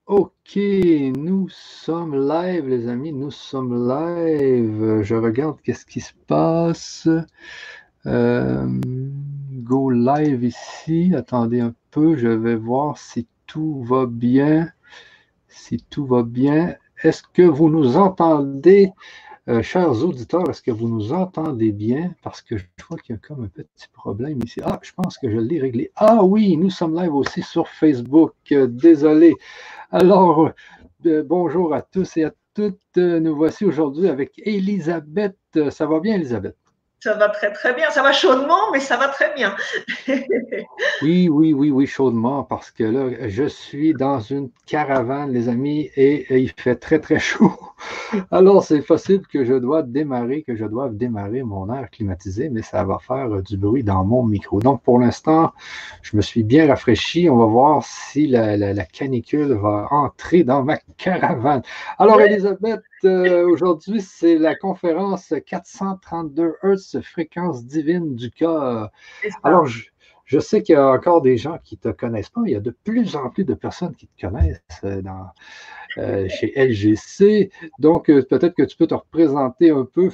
Ok, nous sommes live, les amis, nous sommes live. Je regarde qu'est-ce qui se passe. Euh, Go live ici. Attendez un peu, je vais voir si tout va bien. Si tout va bien. Est-ce que vous nous entendez? Chers auditeurs, est-ce que vous nous entendez bien? Parce que je vois qu'il y a comme un petit problème ici. Ah, je pense que je l'ai réglé. Ah oui, nous sommes live aussi sur Facebook. Désolé. Alors, bonjour à tous et à toutes. Nous voici aujourd'hui avec Elisabeth. Ça va bien, Elisabeth? Ça va très très bien, ça va chaudement, mais ça va très bien. Oui, oui, oui, oui, chaudement, parce que là, je suis dans une caravane, les amis, et il fait très, très chaud. Alors, c'est possible que je doive démarrer mon air climatisé, mais ça va faire du bruit dans mon micro. Donc, pour l'instant, je me suis bien rafraîchi. On va voir si la canicule va entrer dans ma caravane. Alors, Ouais, Elisabeth, aujourd'hui, c'est la conférence 432 Hertz, fréquence divine du cœur. c'est Alors, ça. je sais qu'il y a encore des gens qui ne te connaissent pas. Il y a de plus en plus de personnes qui te connaissent chez LGC. Donc, peut-être que tu peux te représenter un peu.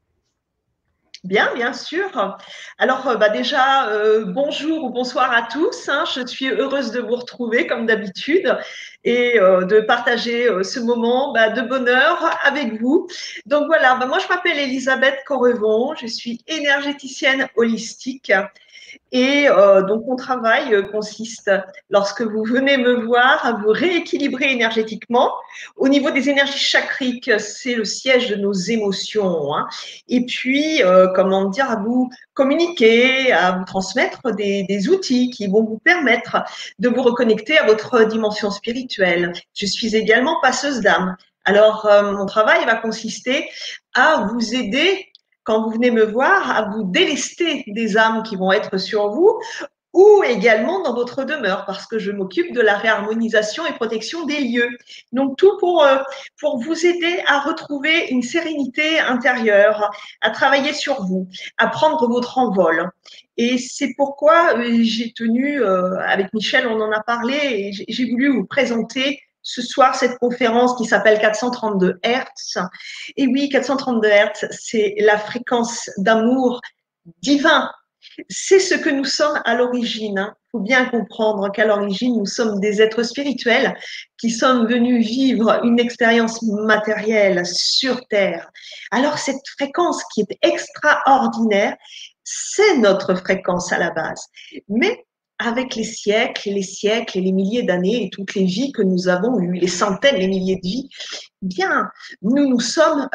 Bien, bien sûr. Alors, déjà, bonjour ou bonsoir à tous, hein. Je suis heureuse de vous retrouver comme d'habitude et de partager ce moment de bonheur avec vous. Donc voilà, moi je m'appelle Elisabeth Correvon, je suis énergéticienne holistique. Et donc, mon travail consiste, lorsque vous venez me voir, à vous rééquilibrer énergétiquement. Au niveau des énergies chakriques, c'est le siège de nos émotions, hein. Et puis, comment dire, à vous communiquer, à vous transmettre des outils qui vont vous permettre de vous reconnecter à votre dimension spirituelle. Je suis également passeuse d'âme. Alors, mon travail va consister à vous aider quand vous venez me voir, à vous délester des âmes qui vont être sur vous ou également dans votre demeure parce que je m'occupe de la réharmonisation et protection des lieux. Donc tout pour vous aider à retrouver une sérénité intérieure, à travailler sur vous, à prendre votre envol. Et c'est pourquoi j'ai tenu, avec Michel, on en a parlé, et j'ai voulu vous présenter ce soir cette conférence qui s'appelle 432 Hertz. Et oui, 432 Hertz, c'est la fréquence d'amour divin. C'est ce que nous sommes à l'origine. Il faut bien comprendre qu'à l'origine, nous sommes des êtres spirituels qui sommes venus vivre une expérience matérielle sur Terre. Alors cette fréquence qui est extraordinaire, c'est notre fréquence à la base. Mais avec les siècles et les milliers d'années et toutes les vies que nous avons eues, les centaines, les milliers de vies, bien, nous nous sommes,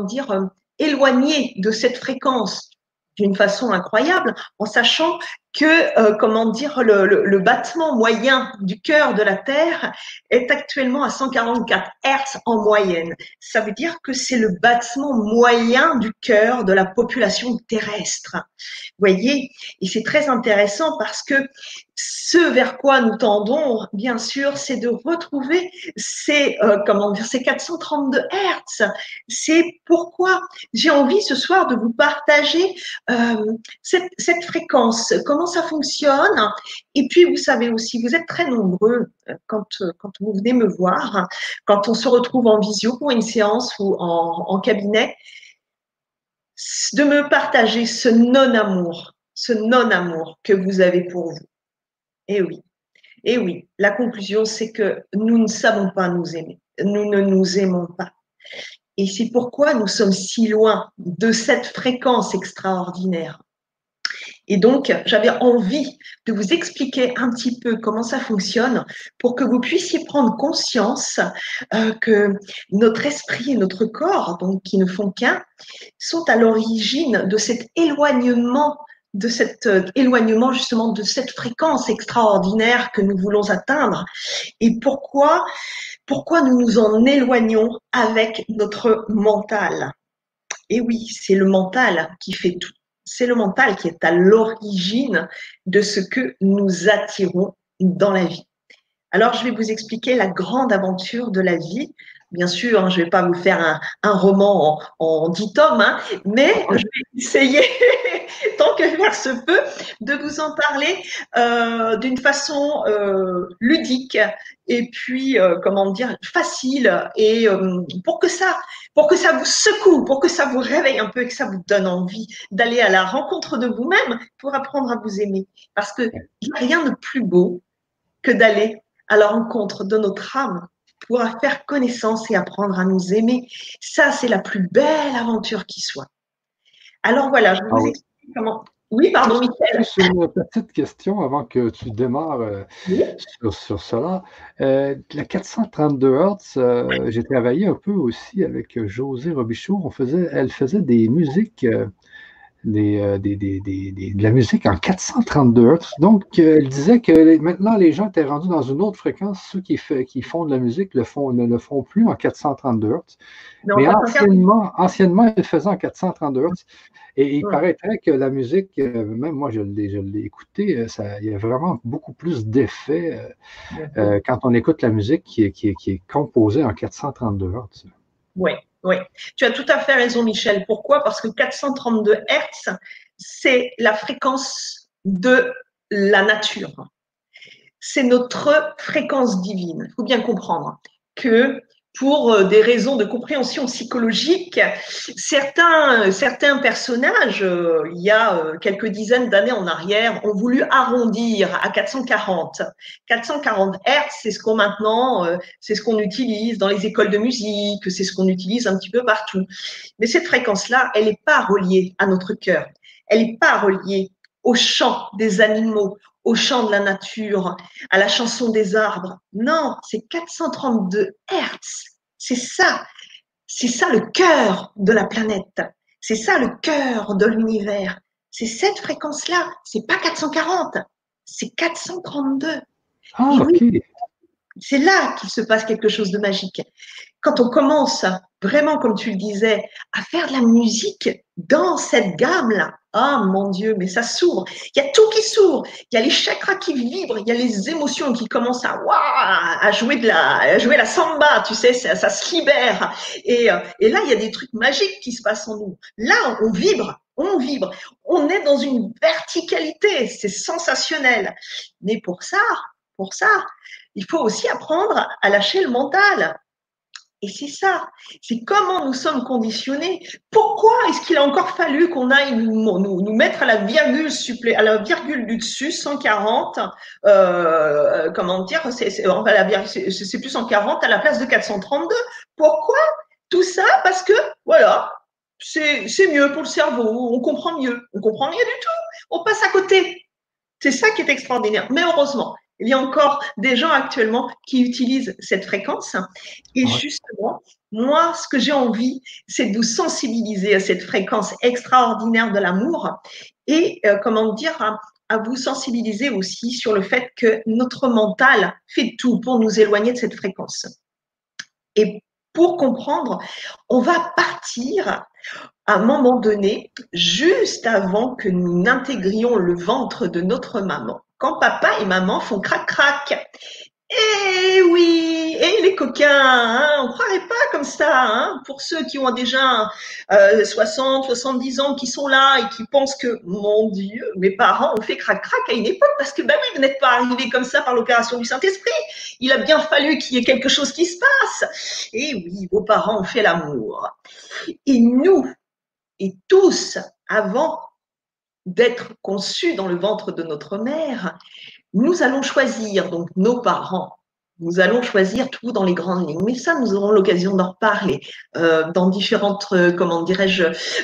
éloignés de cette fréquence d'une façon incroyable, en sachant que, le battement moyen du cœur de la Terre est actuellement à 144 Hertz en moyenne. Ça veut dire que c'est le battement moyen du cœur de la population terrestre. Vous voyez, et c'est très intéressant parce que ce vers quoi nous tendons, bien sûr, c'est de retrouver ces 432 Hertz. C'est pourquoi j'ai envie ce soir de vous partager cette fréquence, comment ça fonctionne. Et puis, vous savez aussi, vous êtes très nombreux quand vous venez me voir, quand on se retrouve en visio pour une séance ou en cabinet, de me partager ce non-amour que vous avez pour vous. Et oui. Et oui, la conclusion, c'est que nous ne savons pas nous aimer. Nous ne nous aimons pas. Et c'est pourquoi nous sommes si loin de cette fréquence extraordinaire. Et donc, j'avais envie de vous expliquer un petit peu comment ça fonctionne pour que vous puissiez prendre conscience que notre esprit et notre corps, donc qui ne font qu'un, sont à l'origine de cet éloignement justement de cette fréquence extraordinaire que nous voulons atteindre. Et pourquoi nous nous en éloignons avec notre mental? Et oui, c'est le mental qui fait tout. C'est le mental qui est à l'origine de ce que nous attirons dans la vie. Alors, je vais vous expliquer la grande aventure de la vie bien sûr, hein, je ne vais pas vous faire un roman en 10 tomes, hein, mais je vais essayer, tant que faire se peut, de vous en parler d'une façon ludique et puis, comment dire, facile et pour que ça vous secoue, pour que ça vous réveille un peu et que ça vous donne envie d'aller à la rencontre de vous-même pour apprendre à vous aimer. Parce qu'il n'y a rien de plus beau que d'aller à la rencontre de notre âme pour faire connaissance et apprendre à nous aimer. Ça, c'est la plus belle aventure qui soit. Alors voilà, je vais Ah vous oui. expliquer comment. Oui, pardon, Michel. Juste une petite question avant que tu démarres Oui. sur cela. La 432 Hertz, j'ai travaillé un peu aussi avec José Robichaud. Elle faisait des musiques de la musique en 432 Hz. Donc, elle disait que maintenant, les gens étaient rendus dans une autre fréquence. Ceux qui font de la musique ne le font plus en 432 Hz. Non, Mais 440. anciennement, ils le faisaient en 432 Hz. Et il Ouais. paraîtrait que la musique, même moi, je l'ai écouté, il y a vraiment beaucoup plus d'effets quand on écoute la musique qui est composée en 432 Hz. Oui, oui. Tu as tout à fait raison, Michel. Pourquoi? Parce que 432 Hertz, c'est la fréquence de la nature. C'est notre fréquence divine. Il faut bien comprendre que pour des raisons de compréhension psychologique, certains personnages, il y a quelques dizaines d'années en arrière, ont voulu arrondir à 440. 440 Hertz, c'est ce qu'on maintenant, c'est ce qu'on utilise dans les écoles de musique, c'est ce qu'on utilise un petit peu partout. Mais cette fréquence-là, elle n'est pas reliée à notre cœur. Elle n'est pas reliée au chant des animaux, au chant de la nature, à la chanson des arbres. Non, c'est 432 Hertz. C'est ça le cœur de la planète. C'est ça le cœur de l'univers. C'est cette fréquence-là. C'est pas 440, c'est 432. Ah, Et oui, OK. c'est là qu'il se passe quelque chose de magique. Quand on commence vraiment, comme tu le disais, à faire de la musique dans cette gamme-là, ah mon Dieu, mais ça s'ouvre. Il y a tout qui s'ouvre. Il y a les chakras qui vibrent. Il y a les émotions qui commencent à jouer à jouer la samba. Tu sais, ça se libère. Et là, il y a des trucs magiques qui se passent en nous. Là, on vibre. On vibre. On est dans une verticalité. C'est sensationnel. Mais pour ça, il faut aussi apprendre à lâcher le mental. Et c'est ça, c'est comment nous sommes conditionnés. Pourquoi est-ce qu'il a encore fallu qu'on aille nous mettre à la virgule du dessus, 140, comment dire, c'est plus 140 à la place de 432. Pourquoi tout ça? Parce que, voilà, c'est mieux pour le cerveau, on comprend mieux. On comprend rien du tout, on passe à côté. C'est ça qui est extraordinaire. Mais heureusement, il y a encore des gens actuellement qui utilisent cette fréquence. Et Ouais. justement, moi, ce que j'ai envie, c'est de vous sensibiliser à cette fréquence extraordinaire de l'amour et, comment dire, à vous sensibiliser aussi sur le fait que notre mental fait tout pour nous éloigner de cette fréquence. Et pour comprendre, on va partir à un moment donné, juste avant que nous n'intégrions le ventre de notre maman, quand papa et maman font crac-crac. Eh oui, et les coquins, hein, on ne croirait pas comme ça, hein, pour ceux qui ont déjà 60, 70 ans, qui sont là et qui pensent que, mon Dieu, mes parents ont fait crac-crac à une époque, parce que, ben oui, vous n'êtes pas arrivés comme ça par l'opération du Saint-Esprit. Il a bien fallu qu'il y ait quelque chose qui se passe. Et oui, vos parents ont fait l'amour. Et nous, et tous, avant d'être conçus dans le ventre de notre mère, nous allons choisir, donc nos parents, nous allons choisir tout dans les grandes lignes. Mais ça, nous aurons l'occasion d'en reparler dans différentes, comment dirais-je,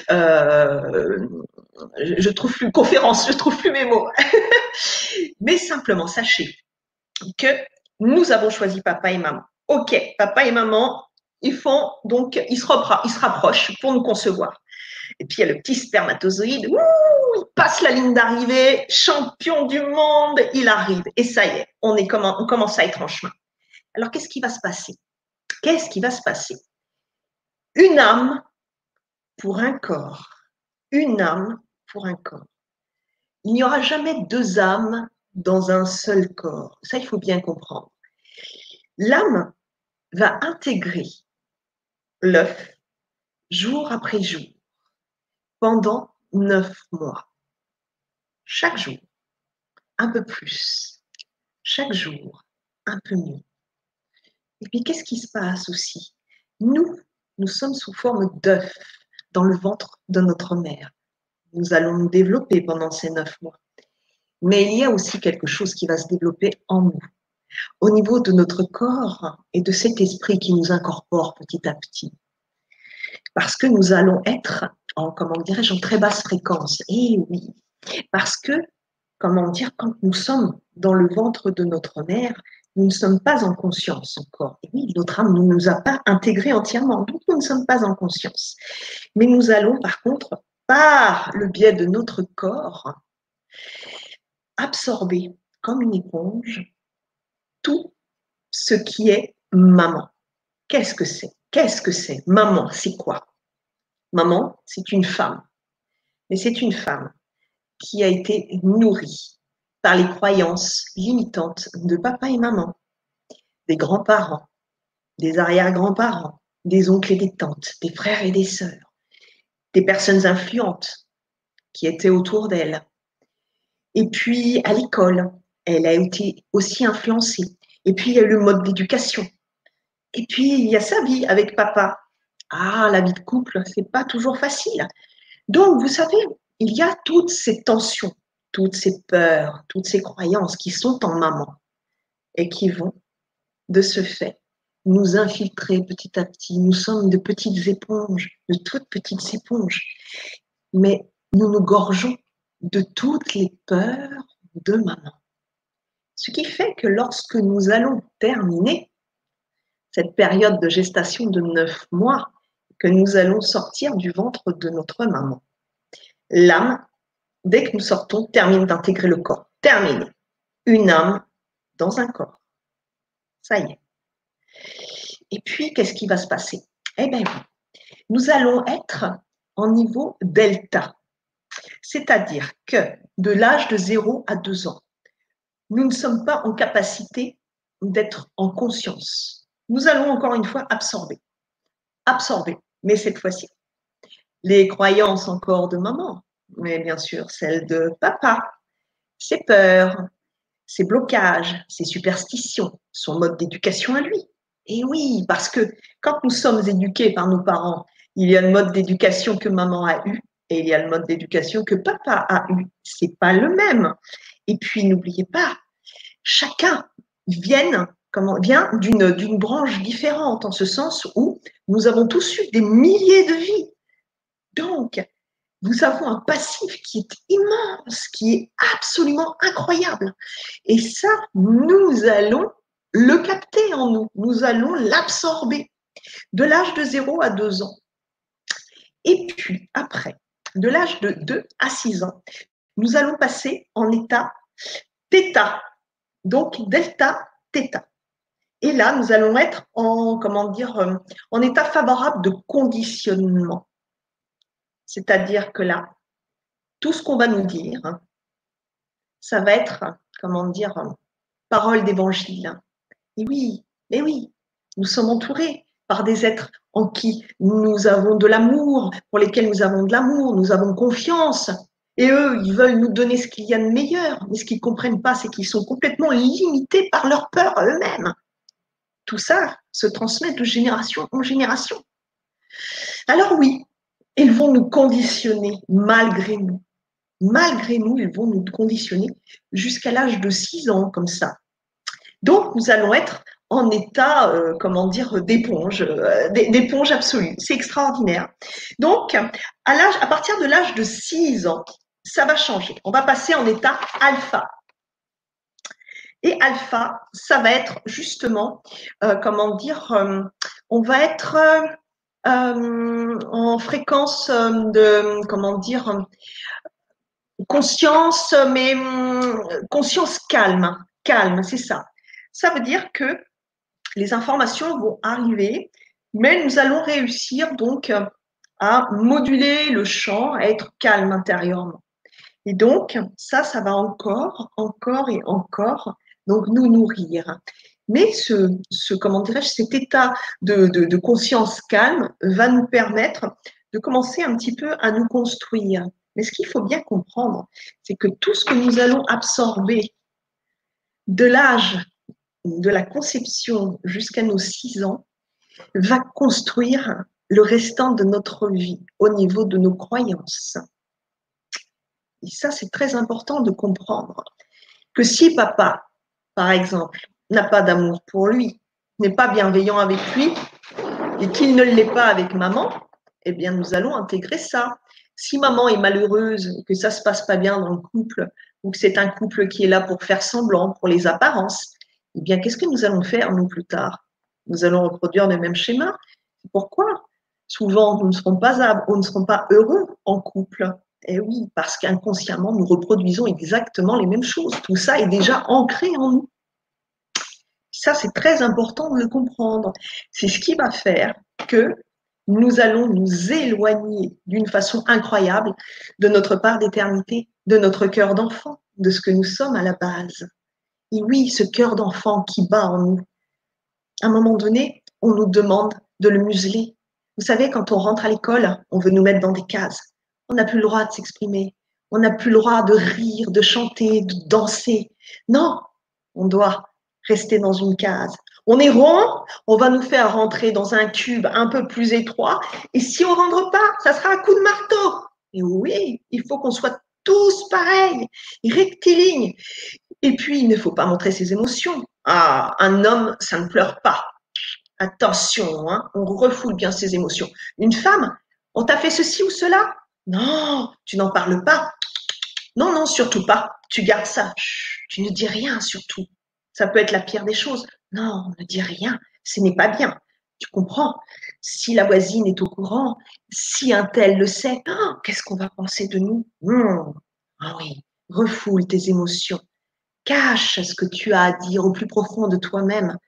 je trouve plus conférences, je trouve plus mes mots. Mais simplement, sachez que nous avons choisi papa et maman. Ok, papa et maman, ils se rapprochent pour nous concevoir. Et puis, il y a le petit spermatozoïde, il passe la ligne d'arrivée, champion du monde, il arrive. Et ça y est, on commence à être en chemin. Alors, qu'est-ce qui va se passer? Qu'est-ce qui va se passer? Une âme pour un corps. Une âme pour un corps. Il n'y aura jamais deux âmes dans un seul corps. Ça, il faut bien comprendre. L'âme va intégrer l'œuf, jour après jour, pendant 9 mois. Chaque jour, un peu plus. Chaque jour, un peu mieux. Et puis, qu'est-ce qui se passe aussi? Nous sommes sous forme d'œuf dans le ventre de notre mère. Nous allons nous développer pendant ces 9 mois. Mais il y a aussi quelque chose qui va se développer en nous, au niveau de notre corps et de cet esprit qui nous incorpore petit à petit. Parce que nous allons être en, comment dirais-je, en très basse fréquence. Et oui, parce que, comment dire, quand nous sommes dans le ventre de notre mère, nous ne sommes pas en conscience encore. Et oui, notre âme ne nous a pas intégrés entièrement, donc nous ne sommes pas en conscience. Mais nous allons, par contre, par le biais de notre corps, absorber comme une éponge tout ce qui est maman. Qu'est-ce que c'est? Qu'est-ce que c'est? Maman, c'est quoi? Maman, c'est une femme. Mais c'est une femme qui a été nourrie par les croyances limitantes de papa et maman, des grands-parents, des arrière-grands-parents, des oncles et des tantes, des frères et des sœurs, des personnes influentes qui étaient autour d'elle. Et puis, à l'école, elle a été aussi influencée. Et puis, il y a eu le mode d'éducation. Et puis, il y a sa vie avec papa. Ah, la vie de couple, c'est pas toujours facile. Donc, vous savez, il y a toutes ces tensions, toutes ces peurs, toutes ces croyances qui sont en maman et qui vont, de ce fait, nous infiltrer petit à petit. Nous sommes de petites éponges, de toutes petites éponges. Mais nous nous gorgeons de toutes les peurs de maman. Ce qui fait que lorsque nous allons terminer cette période de gestation de 9 mois, que nous allons sortir du ventre de notre maman, l'âme, dès que nous sortons, termine d'intégrer le corps. Terminé. Une âme dans un corps. Ça y est. Et puis, qu'est-ce qui va se passer? Eh bien, nous allons être en niveau delta. C'est-à-dire que de l'âge de 0 à 2 ans, nous ne sommes pas en capacité d'être en conscience. Nous allons encore une fois absorber. Absorber, mais cette fois-ci, les croyances encore de maman, mais bien sûr celles de papa, ses peurs, ses blocages, ses superstitions, son mode d'éducation à lui. Et oui, parce que quand nous sommes éduqués par nos parents, il y a le mode d'éducation que maman a eu et il y a le mode d'éducation que papa a eu. C'est pas le même. Et puis n'oubliez pas, chacun vient d'une branche différente, en ce sens où nous avons tous eu des milliers de vies. Donc, nous avons un passif qui est immense, qui est absolument incroyable. Et ça, nous allons le capter en nous, nous allons l'absorber de l'âge de 0 à 2 ans. Et puis, après, de l'âge de 2 à 6 ans, nous allons passer en état θ, donc delta, θ. Et là, nous allons être en, en état favorable de conditionnement. C'est-à-dire que là, tout ce qu'on va nous dire, ça va être, parole d'évangile. Et oui, mais oui, nous sommes entourés par des êtres en qui nous avons de l'amour, pour lesquels nous avons de l'amour, nous avons confiance. Et eux, ils veulent nous donner ce qu'il y a de meilleur. Mais ce qu'ils ne comprennent pas, c'est qu'ils sont complètement limités par leur peur à eux-mêmes. Tout ça se transmet de génération en génération. Alors oui, ils vont nous conditionner malgré nous. Malgré nous, ils vont nous conditionner jusqu'à l'âge de 6 ans, comme ça. Donc, nous allons être en état, d'éponge, d'éponge absolue. C'est extraordinaire. Donc, à partir de l'âge de 6 ans, ça va changer. On va passer en état alpha. Et alpha, ça va être justement, on va être en fréquence de, conscience, mais conscience calme. Calme, c'est ça. Ça veut dire que les informations vont arriver, mais nous allons réussir donc à moduler le champ, à être calme intérieurement. Et donc, ça va encore et encore, donc nous nourrir. Mais comment dirais-je, cet état de conscience calme va nous permettre de commencer un petit peu à nous construire. Mais ce qu'il faut bien comprendre, c'est que tout ce que nous allons absorber de l'âge de la conception jusqu'à nos 6 ans va construire le restant de notre vie au niveau de nos croyances. Et ça, c'est très important de comprendre que si papa, par exemple, n'a pas d'amour pour lui, n'est pas bienveillant avec lui et qu'il ne l'est pas avec maman, eh bien, nous allons intégrer ça. Si maman est malheureuse et que ça ne se passe pas bien dans le couple, ou que c'est un couple qui est là pour faire semblant, pour les apparences, eh bien, qu'est-ce que nous allons faire, nous, plus tard? Nous allons reproduire le même schéma. Pourquoi? Souvent, nous ne serons pas heureux en couple. Eh oui, parce qu'inconsciemment, nous reproduisons exactement les mêmes choses. Tout ça est déjà ancré en nous. Ça, c'est très important de le comprendre. C'est ce qui va faire que nous allons nous éloigner d'une façon incroyable de notre part d'éternité, de notre cœur d'enfant, de ce que nous sommes à la base. Et oui, ce cœur d'enfant qui bat en nous. À un moment donné, on nous demande de le museler. Vous savez, quand on rentre à l'école, on veut nous mettre dans des cases. On n'a plus le droit de s'exprimer. On n'a plus le droit de rire, de chanter, de danser. Non, on doit rester dans une case. On est rond, on va nous faire rentrer dans un cube un peu plus étroit. Et si on ne rentre pas, ça sera un coup de marteau. Et oui, il faut qu'on soit tous pareils, rectilignes. Et puis, il ne faut pas montrer ses émotions. Ah, un homme, ça ne pleure pas. Attention, hein, on refoule bien ses émotions. Une femme, on t'a fait ceci ou cela? Non, tu n'en parles pas. Non, non, surtout pas. Tu gardes ça. Chut, tu ne dis rien, surtout. Ça peut être la pire des choses. Non, ne dis rien. Ce n'est pas bien. Tu comprends? Si la voisine est au courant, si un tel le sait, oh, qu'est-ce qu'on va penser de nous? Ah oui, refoule tes émotions. Cache ce que tu as à dire au plus profond de toi-même.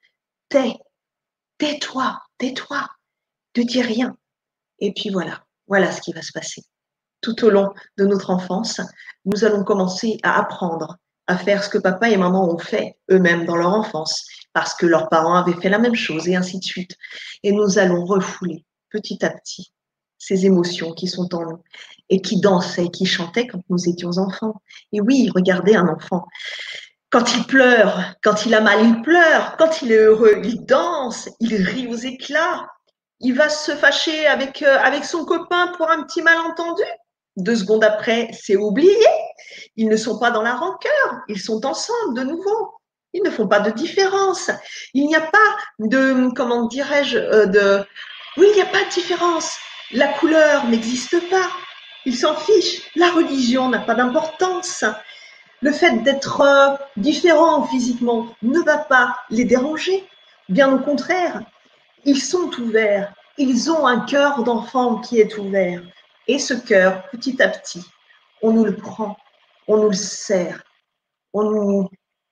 Tais-toi, tais-toi, ne dis rien. Et puis voilà ce qui va se passer. Tout au long de notre enfance, nous allons commencer à apprendre à faire ce que papa et maman ont fait eux-mêmes dans leur enfance, parce que leurs parents avaient fait la même chose, et ainsi de suite. Et nous allons refouler petit à petit ces émotions qui sont en nous et qui dansaient, qui chantaient quand nous étions enfants. Et oui, regardez un enfant. Quand il pleure, quand il a mal, il pleure. Quand il est heureux, il danse, il rit aux éclats. Il va se fâcher avec son copain pour un petit malentendu. 2 secondes après, c'est oublié. Ils ne sont pas dans la rancœur. Ils sont ensemble de nouveau. Ils ne font pas de différence. Il n'y a pas de, comment dirais-je, oui, il n'y a pas de différence. La couleur n'existe pas. Ils s'en fichent. La religion n'a pas d'importance. Le fait d'être différent physiquement ne va pas les déranger. Bien au contraire, ils sont ouverts. Ils ont un cœur d'enfant qui est ouvert. Et ce cœur, petit à petit, on nous le prend, on nous le serre, on nous,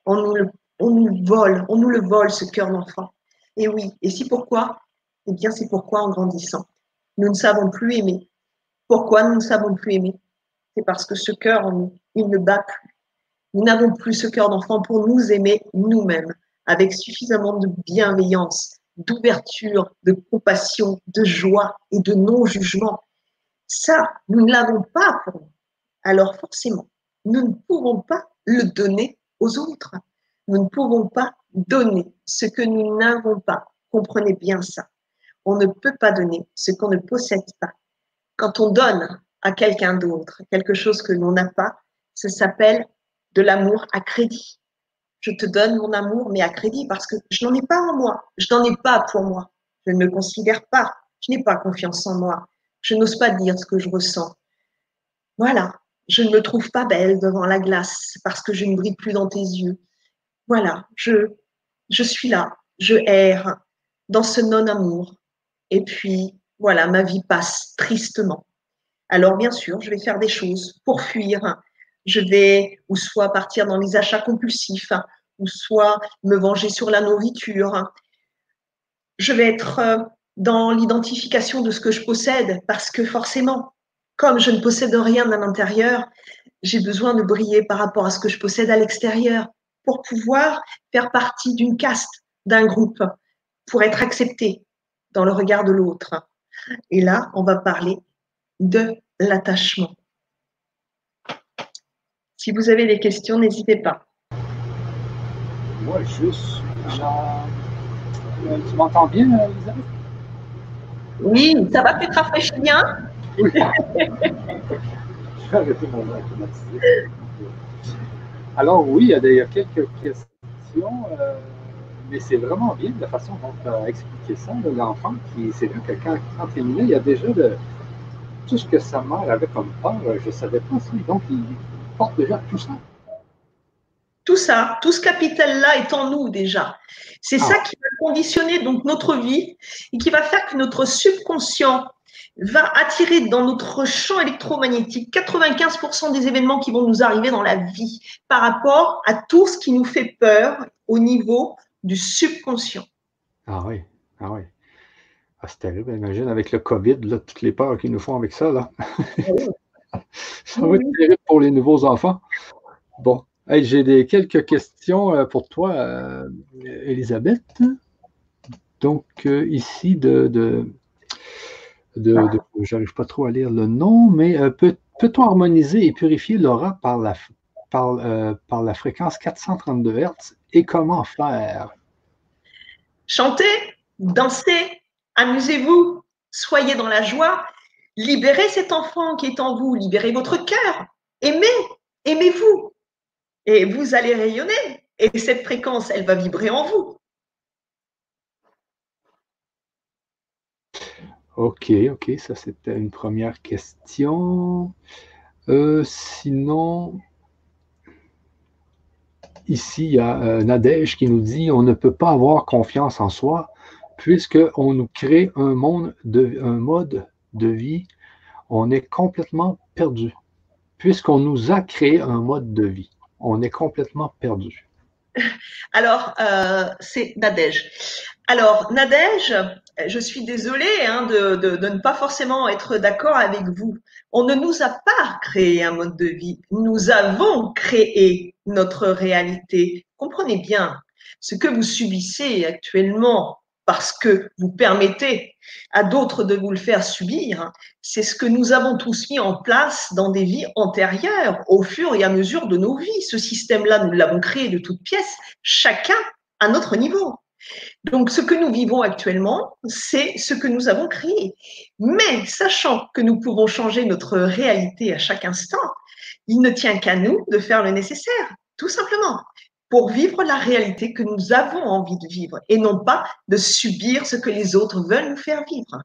on nous le vole, ce cœur d'enfant. Et oui, et c'est pourquoi? Eh bien, c'est pourquoi en grandissant, nous ne savons plus aimer. Pourquoi nous ne savons plus aimer? C'est parce que ce cœur en nous, il ne bat plus. Nous n'avons plus ce cœur d'enfant pour nous aimer nous-mêmes, avec suffisamment de bienveillance, d'ouverture, de compassion, de joie et de non-jugement. Ça, nous ne l'avons pas pour nous. Alors forcément, nous ne pouvons pas le donner aux autres. Nous ne pouvons pas donner ce que nous n'avons pas. Comprenez bien ça. On ne peut pas donner ce qu'on ne possède pas. Quand on donne à quelqu'un d'autre quelque chose que l'on n'a pas, ça s'appelle de l'amour à crédit. Je te donne mon amour, mais à crédit, parce que je n'en ai pas en moi. Je n'en ai pas pour moi. Je ne me considère pas. Je n'ai pas confiance en moi. Je n'ose pas dire ce que je ressens. Voilà. Je ne me trouve pas belle devant la glace parce que je ne brille plus dans tes yeux. Voilà. Je suis là. Je erre dans ce non-amour. Et puis, voilà, ma vie passe tristement. Alors, bien sûr, je vais faire des choses pour fuir. Je vais ou soit partir dans les achats compulsifs, ou soit me venger sur la nourriture. Je vais être dans l'identification de ce que je possède, parce que forcément, comme je ne possède rien à l'intérieur, j'ai besoin de briller par rapport à ce que je possède à l'extérieur pour pouvoir faire partie d'une caste, d'un groupe pour être accepté dans le regard de l'autre. Et là, on va parler de l'attachement. Si vous avez des questions, n'hésitez pas. Moi, juste, tu m'entends bien, Elisabeth? Oui, ça va, tu te rafraîchis bien? Oui. Je vais arrêter mon automatisé. Alors oui, il y a quelques questions, mais c'est vraiment bien de la façon dont tu as expliqué ça. L'enfant qui, c'est vrai que quand il est né, il y a déjà tout ce que sa mère avait comme peur, je ne savais pas ça. Donc, il porte déjà tout ça. Tout ça, tout ce capital-là est en nous déjà. C'est ça qui va conditionner donc notre vie et qui va faire que notre subconscient va attirer dans notre champ électromagnétique 95% des événements qui vont nous arriver dans la vie par rapport à tout ce qui nous fait peur au niveau du subconscient. Ah oui, ah oui. Ah, c'est terrible, imagine avec le COVID, là, toutes les peurs qu'ils nous font avec ça, là. Ça va être terrible pour les nouveaux enfants. Bon, hey, j'ai quelques questions pour toi, Elisabeth. Donc, ici, j'arrive pas trop à lire le nom, mais peut-on harmoniser et purifier l'aura par la fréquence 432 Hz et comment faire? Chantez, dansez, amusez-vous, soyez dans la joie, libérez cet enfant qui est en vous, libérez votre cœur, aimez-vous, et vous allez rayonner, et cette fréquence, elle va vibrer en vous. Ok, ça c'était une première question. Sinon, ici, il y a Nadège qui nous dit on ne peut pas avoir confiance en soi puisqu'on nous crée un mode de vie, on est complètement perdu. Puisqu'on nous a créé un mode de vie, on est complètement perdu. Alors, c'est Nadège. Alors, Nadège, je suis désolée de ne pas forcément être d'accord avec vous. On ne nous a pas créé un mode de vie. Nous avons créé notre réalité. Comprenez bien, ce que vous subissez actuellement parce que vous permettez à d'autres de vous le faire subir, c'est ce que nous avons tous mis en place dans des vies antérieures, au fur et à mesure de nos vies. Ce système-là, nous l'avons créé de toutes pièces, chacun à notre niveau. Donc, ce que nous vivons actuellement, c'est ce que nous avons créé. Mais sachant que nous pouvons changer notre réalité à chaque instant, il ne tient qu'à nous de faire le nécessaire, tout simplement, pour vivre la réalité que nous avons envie de vivre et non pas de subir ce que les autres veulent nous faire vivre.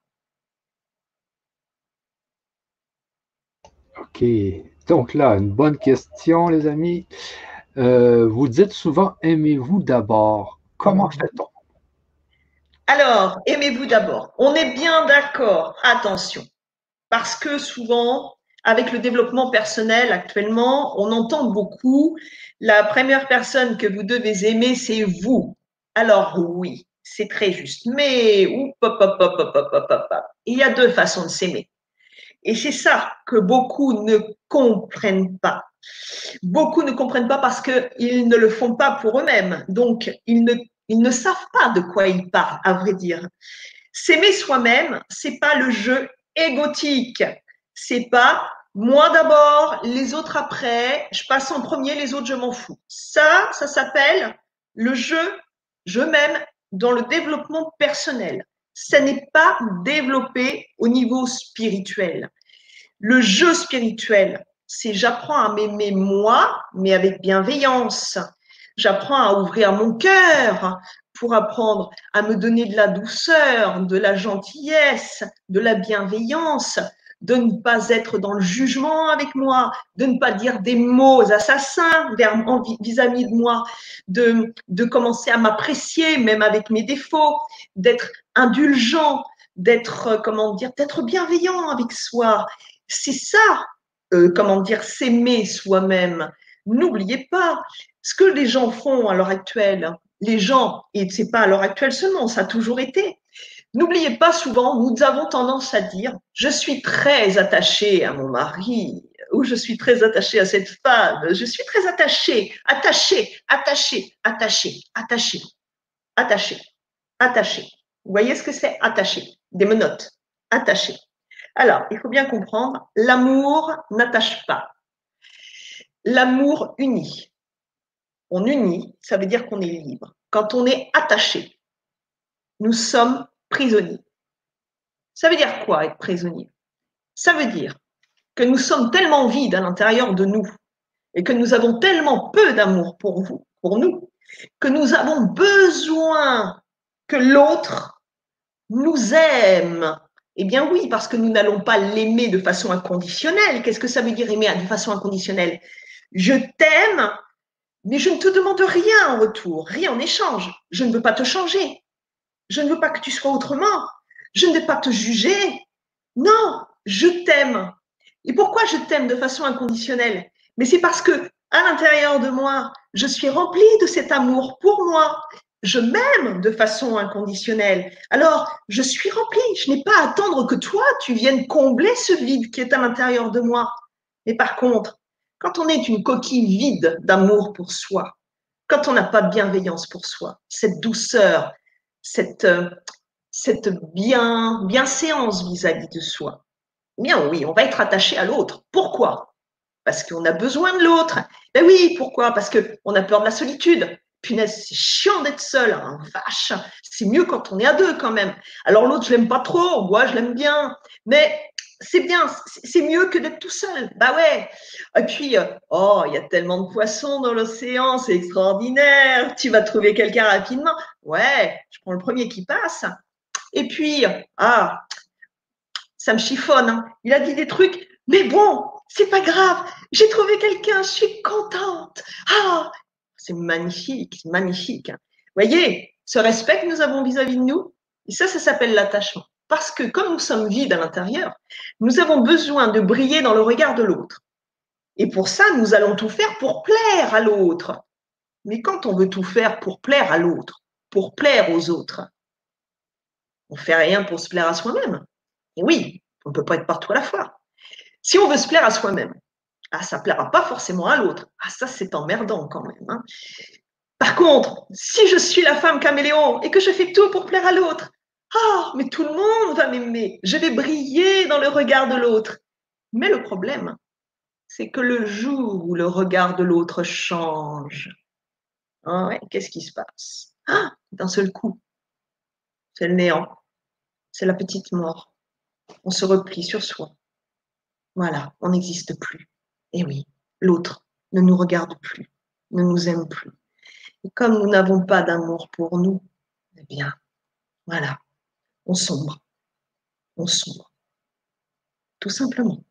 OK. Donc là, une bonne question, les amis. Vous dites souvent aimez-vous d'abord. Comment fait-on? Alors, aimez-vous d'abord. On est bien d'accord, attention, parce que souvent, avec le développement personnel actuellement, on entend beaucoup, la première personne que vous devez aimer, c'est vous. Alors oui, c'est très juste, mais il y a deux façons de s'aimer. Et c'est ça que beaucoup ne comprennent pas. Beaucoup ne comprennent pas parce qu'ils ne le font pas pour eux-mêmes. Donc, ils ne savent pas de quoi ils parlent, à vrai dire. S'aimer soi-même, c'est pas le jeu égotique. C'est pas moi d'abord, les autres après, je passe en premier, les autres je m'en fous. Ça s'appelle le jeu je m'aime dans le développement personnel. Ça n'est pas développé au niveau spirituel. Le jeu spirituel, c'est j'apprends à m'aimer moi, mais avec bienveillance. J'apprends à ouvrir mon cœur pour apprendre à me donner de la douceur, de la gentillesse, de la bienveillance, de ne pas être dans le jugement avec moi, de ne pas dire des mots assassins vis-à-vis de moi, de commencer à m'apprécier même avec mes défauts, d'être indulgent, d'être bienveillant avec soi. C'est ça, s'aimer soi-même. N'oubliez pas ce que les gens font à l'heure actuelle. Les gens, et c'est pas à l'heure actuelle seulement, ça a toujours été. N'oubliez pas souvent, nous avons tendance à dire, je suis très attachée à mon mari, ou je suis très attachée à cette femme, je suis très attachée. attaché, attaché. Vous voyez ce que c'est attaché? Des menottes, attaché. Alors, il faut bien comprendre, l'amour n'attache pas. L'amour unit. On unit, ça veut dire qu'on est libre. Quand on est attaché, nous sommes prisonniers. Ça veut dire quoi être prisonnier? Ça veut dire que nous sommes tellement vides à l'intérieur de nous et que nous avons tellement peu d'amour pour vous, pour nous, que nous avons besoin que l'autre nous aime. Eh bien oui, parce que nous n'allons pas l'aimer de façon inconditionnelle. Qu'est-ce que ça veut dire aimer de façon inconditionnelle? Je t'aime, mais je ne te demande rien en retour, rien en échange. Je ne veux pas te changer. Je ne veux pas que tu sois autrement. Je ne vais pas te juger. Non, je t'aime. Et pourquoi je t'aime de façon inconditionnelle? Mais c'est parce que à l'intérieur de moi, je suis remplie de cet amour pour moi. Je m'aime de façon inconditionnelle. Alors, je suis remplie. Je n'ai pas à attendre que toi, tu viennes combler ce vide qui est à l'intérieur de moi. Mais par contre, quand on est une coquille vide d'amour pour soi, quand on n'a pas de bienveillance pour soi, cette douceur, cette, cette bienséance vis-à-vis de soi, eh bien oui, on va être attaché à l'autre. Pourquoi? Parce qu'on a besoin de l'autre. Ben oui, pourquoi? Parce qu'on a peur de la solitude. Punaise, c'est chiant d'être seul, hein, vache. C'est mieux quand on est à deux quand même. Alors l'autre, je l'aime pas trop, moi je l'aime bien. Mais c'est bien, c'est mieux que d'être tout seul. Bah ouais. Et puis, oh, il y a tellement de poissons dans l'océan, c'est extraordinaire. Tu vas trouver quelqu'un rapidement. Ouais, je prends le premier qui passe. Et puis, ah, ça me chiffonne. Hein. Il a dit des trucs, mais bon, c'est pas grave. J'ai trouvé quelqu'un, je suis contente. Ah, c'est magnifique, c'est magnifique. Hein. Vous voyez, ce respect que nous avons vis-à-vis de nous, et ça s'appelle l'attachement. Parce que comme nous sommes vides à l'intérieur, nous avons besoin de briller dans le regard de l'autre. Et pour ça, nous allons tout faire pour plaire à l'autre. Mais quand on veut tout faire pour plaire à l'autre, pour plaire aux autres, on ne fait rien pour se plaire à soi-même. Et oui, on ne peut pas être partout à la fois. Si on veut se plaire à soi-même, ah, ça ne plaira pas forcément à l'autre. Ah, ça, c'est emmerdant quand même. Hein. Par contre, si je suis la femme caméléon et que je fais tout pour plaire à l'autre, ah, mais tout le monde va m'aimer. Je vais briller dans le regard de l'autre. Mais le problème, c'est que le jour où le regard de l'autre change, hein, ouais, qu'est-ce qui se passe? Ah, d'un seul coup, c'est le néant, c'est la petite mort. On se replie sur soi. Voilà, on n'existe plus. Et oui, l'autre ne nous regarde plus, ne nous aime plus. Et comme nous n'avons pas d'amour pour nous, eh bien, voilà, on sombre, tout simplement.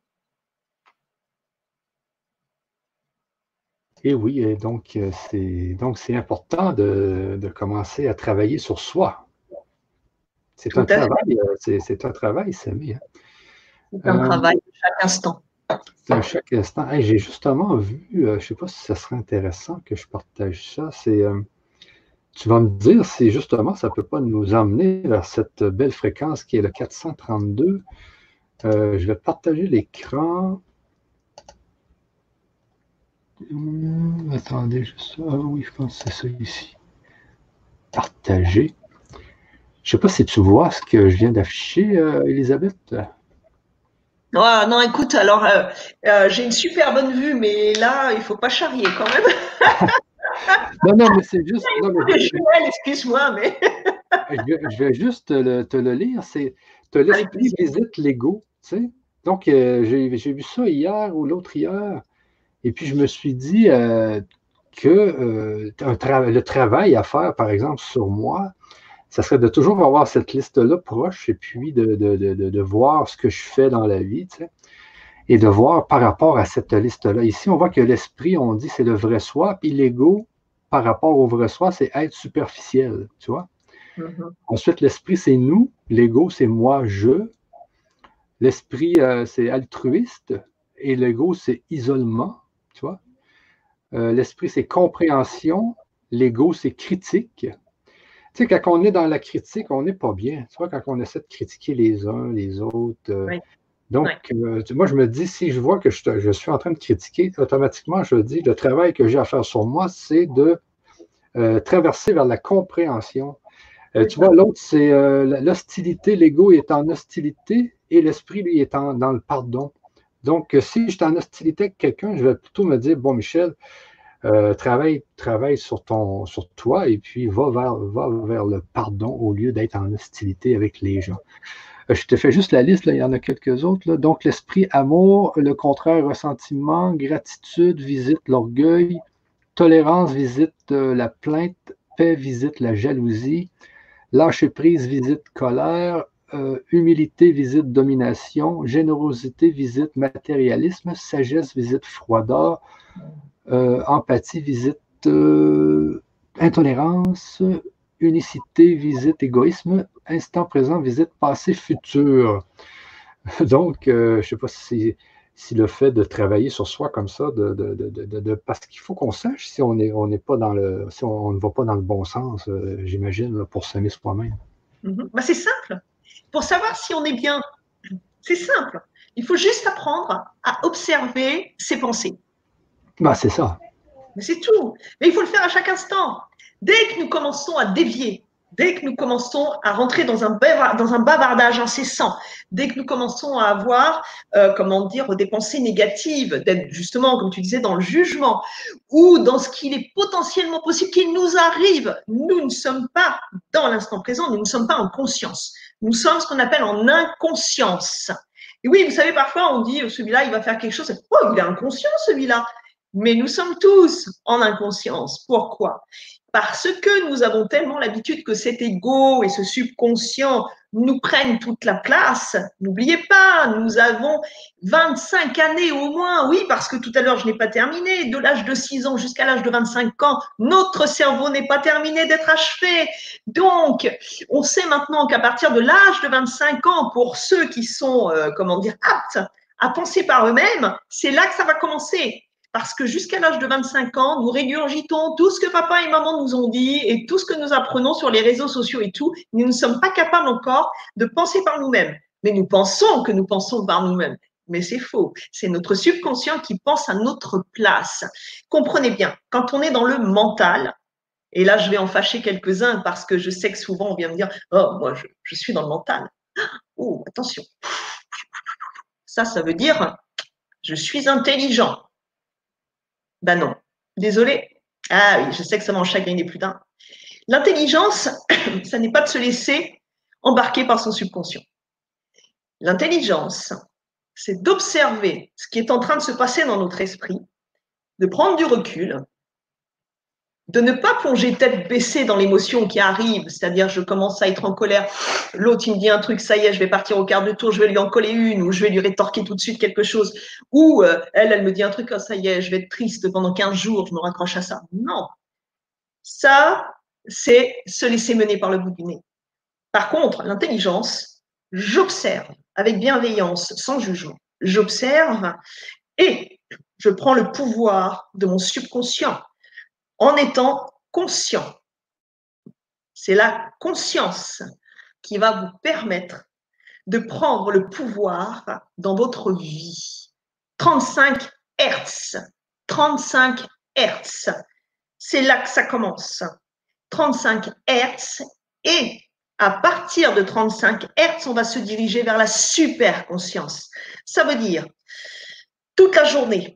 Et oui, et donc c'est important de commencer à travailler sur soi. C'est un Tout à fait. travail, c'est un travail, s'aimer. Hein. C'est un travail de chaque instant. À chaque instant. Hey, j'ai justement vu, je ne sais pas si ça serait intéressant que je partage ça. Tu vas me dire si justement ça ne peut pas nous emmener vers cette belle fréquence qui est le 432. Je vais partager l'écran. Attendez, juste ça. Ah oui, je pense que c'est ça ici. Partager. Je ne sais pas si tu vois ce que je viens d'afficher, Elisabeth. Oh, non, écoute, alors j'ai une super bonne vue, mais là, il ne faut pas charrier quand même. Non, mais c'est juste. Non, mais excuse-moi, mais. Je vais juste te le lire. C'est l'esprit visite l'ego. Tu sais? Donc, j'ai vu ça hier ou l'autre hier. Et puis, je me suis dit que le travail à faire, par exemple, sur moi, ça serait de toujours avoir cette liste-là proche et puis de voir ce que je fais dans la vie, tu sais, et de voir par rapport à cette liste-là. Ici, on voit que l'esprit, on dit, c'est le vrai soi, puis l'ego, par rapport au vrai soi, c'est être superficiel, tu vois. Ensuite, l'esprit, c'est nous. L'ego, c'est moi, je. L'esprit, c'est altruiste. Et l'ego, c'est isolement, tu vois. L'esprit, c'est compréhension. L'ego, c'est critique. Tu sais, quand on est dans la critique, on n'est pas bien. Tu vois, quand on essaie de critiquer les uns, les autres. Oui. Donc, moi, je me dis, si je vois que je suis en train de critiquer, automatiquement, je dis, le travail que j'ai à faire sur moi, c'est de traverser vers la compréhension. C'est Tu ça. vois, l'autre, c'est l'hostilité. L'ego est en hostilité et l'esprit, lui, est dans le pardon. Donc, si je suis en hostilité avec quelqu'un, je vais plutôt me dire, bon, Michel, travaille sur toi et puis va vers le pardon au lieu d'être en hostilité avec les gens. Je te fais juste la liste, là, il y en a quelques autres. Là. Donc, l'esprit amour, le contraire, ressentiment, gratitude, visite l'orgueil, tolérance, visite la plainte, paix, visite la jalousie, lâcher prise, visite colère, humilité, visite domination, générosité, visite matérialisme, sagesse, visite froideur, empathie, visite intolérance, unicité, visite égoïsme, instant présent, visite passé, futur. Donc, je ne sais pas si le fait de travailler sur soi comme ça, parce qu'il faut qu'on sache si on n'est pas dans si on ne va pas dans le bon sens, j'imagine, pour s'aimer soi-même. Bah, c'est simple. Pour savoir si on est bien, c'est simple. Il faut juste apprendre à observer ses pensées. Bah, c'est ça. Mais c'est tout. Mais il faut le faire à chaque instant. Dès que nous commençons à dévier, dès que nous commençons à rentrer dans un bavardage incessant, dès que nous commençons à avoir, comment dire, des pensées négatives, d'être justement, comme tu disais, dans le jugement, ou dans ce qu'il est potentiellement possible qu'il nous arrive, nous ne sommes pas dans l'instant présent, nous ne sommes pas en conscience. Nous sommes ce qu'on appelle en inconscience. Et oui, vous savez, parfois on dit, celui-là, il va faire quelque chose. Oh, il est inconscient, celui-là. Mais nous sommes tous en inconscience. Pourquoi? Parce que nous avons tellement l'habitude que cet ego et ce subconscient nous prennent toute la place. N'oubliez pas, nous avons 25 années au moins. Oui, parce que tout à l'heure, je n'ai pas terminé. De l'âge de 6 ans jusqu'à l'âge de 25 ans, notre cerveau n'est pas terminé d'être achevé. Donc, on sait maintenant qu'à partir de l'âge de 25 ans, pour ceux qui sont, aptes à penser par eux-mêmes, c'est là que ça va commencer. Parce que jusqu'à l'âge de 25 ans, nous régurgitons tout ce que papa et maman nous ont dit et tout ce que nous apprenons sur les réseaux sociaux et tout. Nous ne sommes pas capables encore de penser par nous-mêmes. Mais nous pensons que nous pensons par nous-mêmes. Mais c'est faux. C'est notre subconscient qui pense à notre place. Comprenez bien, quand on est dans le mental, et là je vais en fâcher quelques-uns parce que je sais que souvent on vient me dire « Oh, moi je suis dans le mental. » Oh, attention. Ça veut dire « Je suis intelligent. » Ben non, désolé. Ah oui, je sais que ça m'en chagrine plus d'un. L'intelligence, ça n'est pas de se laisser embarquer par son subconscient. L'intelligence, c'est d'observer ce qui est en train de se passer dans notre esprit, de prendre du recul, de ne pas plonger tête baissée dans l'émotion qui arrive, c'est-à-dire je commence à être en colère, l'autre il me dit un truc, ça y est, je vais partir au quart de tour, je vais lui en coller une, ou je vais lui rétorquer tout de suite quelque chose, ou elle me dit un truc, oh, ça y est, je vais être triste pendant 15 jours, je me raccroche à ça. Non, ça, c'est se laisser mener par le bout du nez. Par contre, l'intelligence, j'observe avec bienveillance, sans jugement. J'observe et je prends le pouvoir de mon subconscient en étant conscient. C'est la conscience qui va vous permettre de prendre le pouvoir dans votre vie. 35 Hertz. 35 Hertz. C'est là que ça commence. 35 Hertz et à partir de 35 Hertz, on va se diriger vers la super conscience. Ça veut dire toute la journée,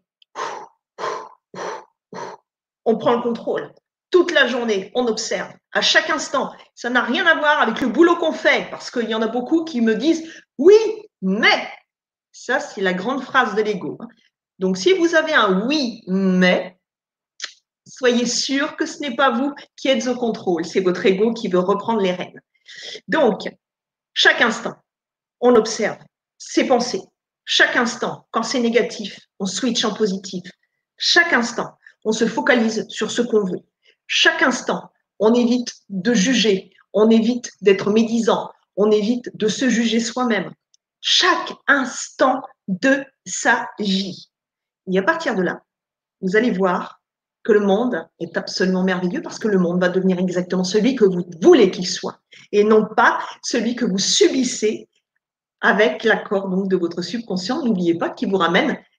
on prend le contrôle. Toute la journée, on observe. À chaque instant, ça n'a rien à voir avec le boulot qu'on fait, parce qu'il y en a beaucoup qui me disent « oui, mais ». Ça, c'est la grande phrase de l'ego. Donc, si vous avez un « oui, mais », soyez sûr que ce n'est pas vous qui êtes au contrôle, c'est votre ego qui veut reprendre les rênes. Donc, chaque instant, on observe ses pensées. Chaque instant, quand c'est négatif, on switch en positif. Chaque instant, on se focalise sur ce qu'on veut. Chaque instant, on évite de juger, on évite d'être médisant, on évite de se juger soi-même. Chaque instant de sa vie. Et à partir de là, vous allez voir que le monde est absolument merveilleux parce que le monde va devenir exactement celui que vous voulez qu'il soit et non pas celui que vous subissez avec l'accord donc de votre subconscient. N'oubliez pas qu'il vous ramène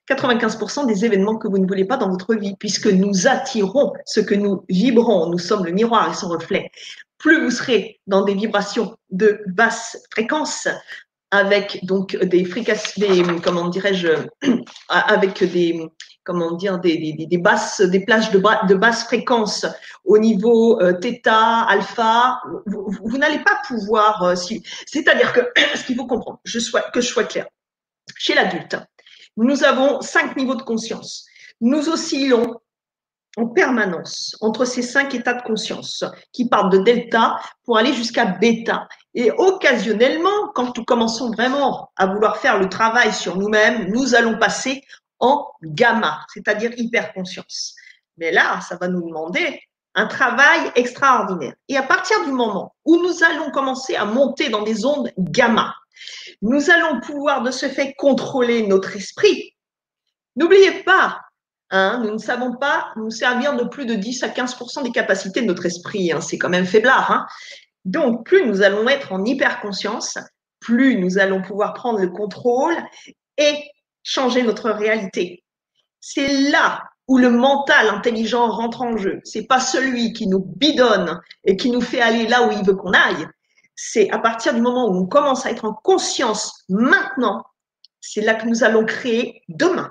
95% des événements que vous ne voulez pas dans votre vie, puisque nous attirons ce que nous vibrons. Nous sommes le miroir et son reflet. Plus vous serez dans des vibrations de basse fréquence, avec donc des fréquences, comment dirais-je, avec des, comment dire, des basses, des plages de basse fréquence au niveau θ, alpha, vous n'allez pas pouvoir, c'est-à-dire que, ce qu'il faut comprendre, que je sois clair, chez l'adulte, nous avons 5 niveaux de conscience. Nous oscillons en permanence entre ces 5 états de conscience qui partent de delta pour aller jusqu'à bêta. Et occasionnellement, quand nous commençons vraiment à vouloir faire le travail sur nous-mêmes, nous allons passer en gamma, c'est-à-dire hyperconscience. Mais là, ça va nous demander un travail extraordinaire. Et à partir du moment où nous allons commencer à monter dans des ondes gamma, nous allons pouvoir de ce fait contrôler notre esprit. N'oubliez pas, nous ne savons pas nous servir de plus de 10 à 15% des capacités de notre esprit. C'est quand même faiblard. Donc, plus nous allons être en hyperconscience, plus nous allons pouvoir prendre le contrôle et changer notre réalité. C'est là où le mental intelligent rentre en jeu. C'est pas celui qui nous bidonne et qui nous fait aller là où il veut qu'on aille. C'est à partir du moment où on commence à être en conscience maintenant, c'est là que nous allons créer demain.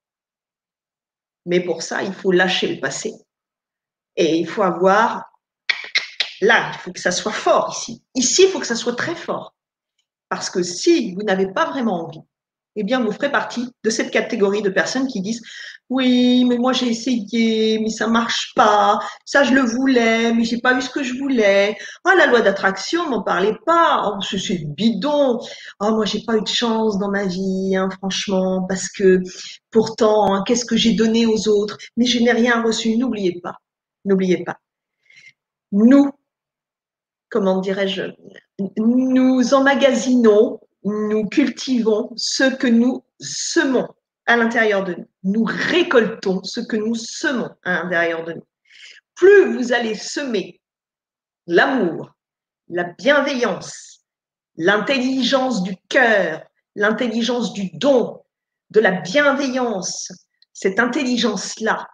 Mais pour ça, il faut lâcher le passé. Et il faut avoir, là, il faut que ça soit fort ici. Ici, il faut que ça soit très fort. Parce que si vous n'avez pas vraiment envie, eh bien, vous ferez partie de cette catégorie de personnes qui disent « Oui, mais moi j'ai essayé, mais ça marche pas. Ça, je le voulais, mais j'ai pas eu ce que je voulais. Oh, la loi d'attraction, m'en parlez pas. Oh, c'est bidon. Oh, moi, j'ai pas eu de chance dans ma vie, franchement, parce que pourtant, qu'est-ce que j'ai donné aux autres? Mais je n'ai rien reçu. N'oubliez pas. N'oubliez pas. Nous, comment dirais-je, nous emmagasinons, nous cultivons ce que nous semons à l'intérieur de nous. Nous récoltons ce que nous semons à l'intérieur de nous. Plus vous allez semer l'amour, la bienveillance, l'intelligence du cœur, l'intelligence du don, de la bienveillance, cette intelligence-là,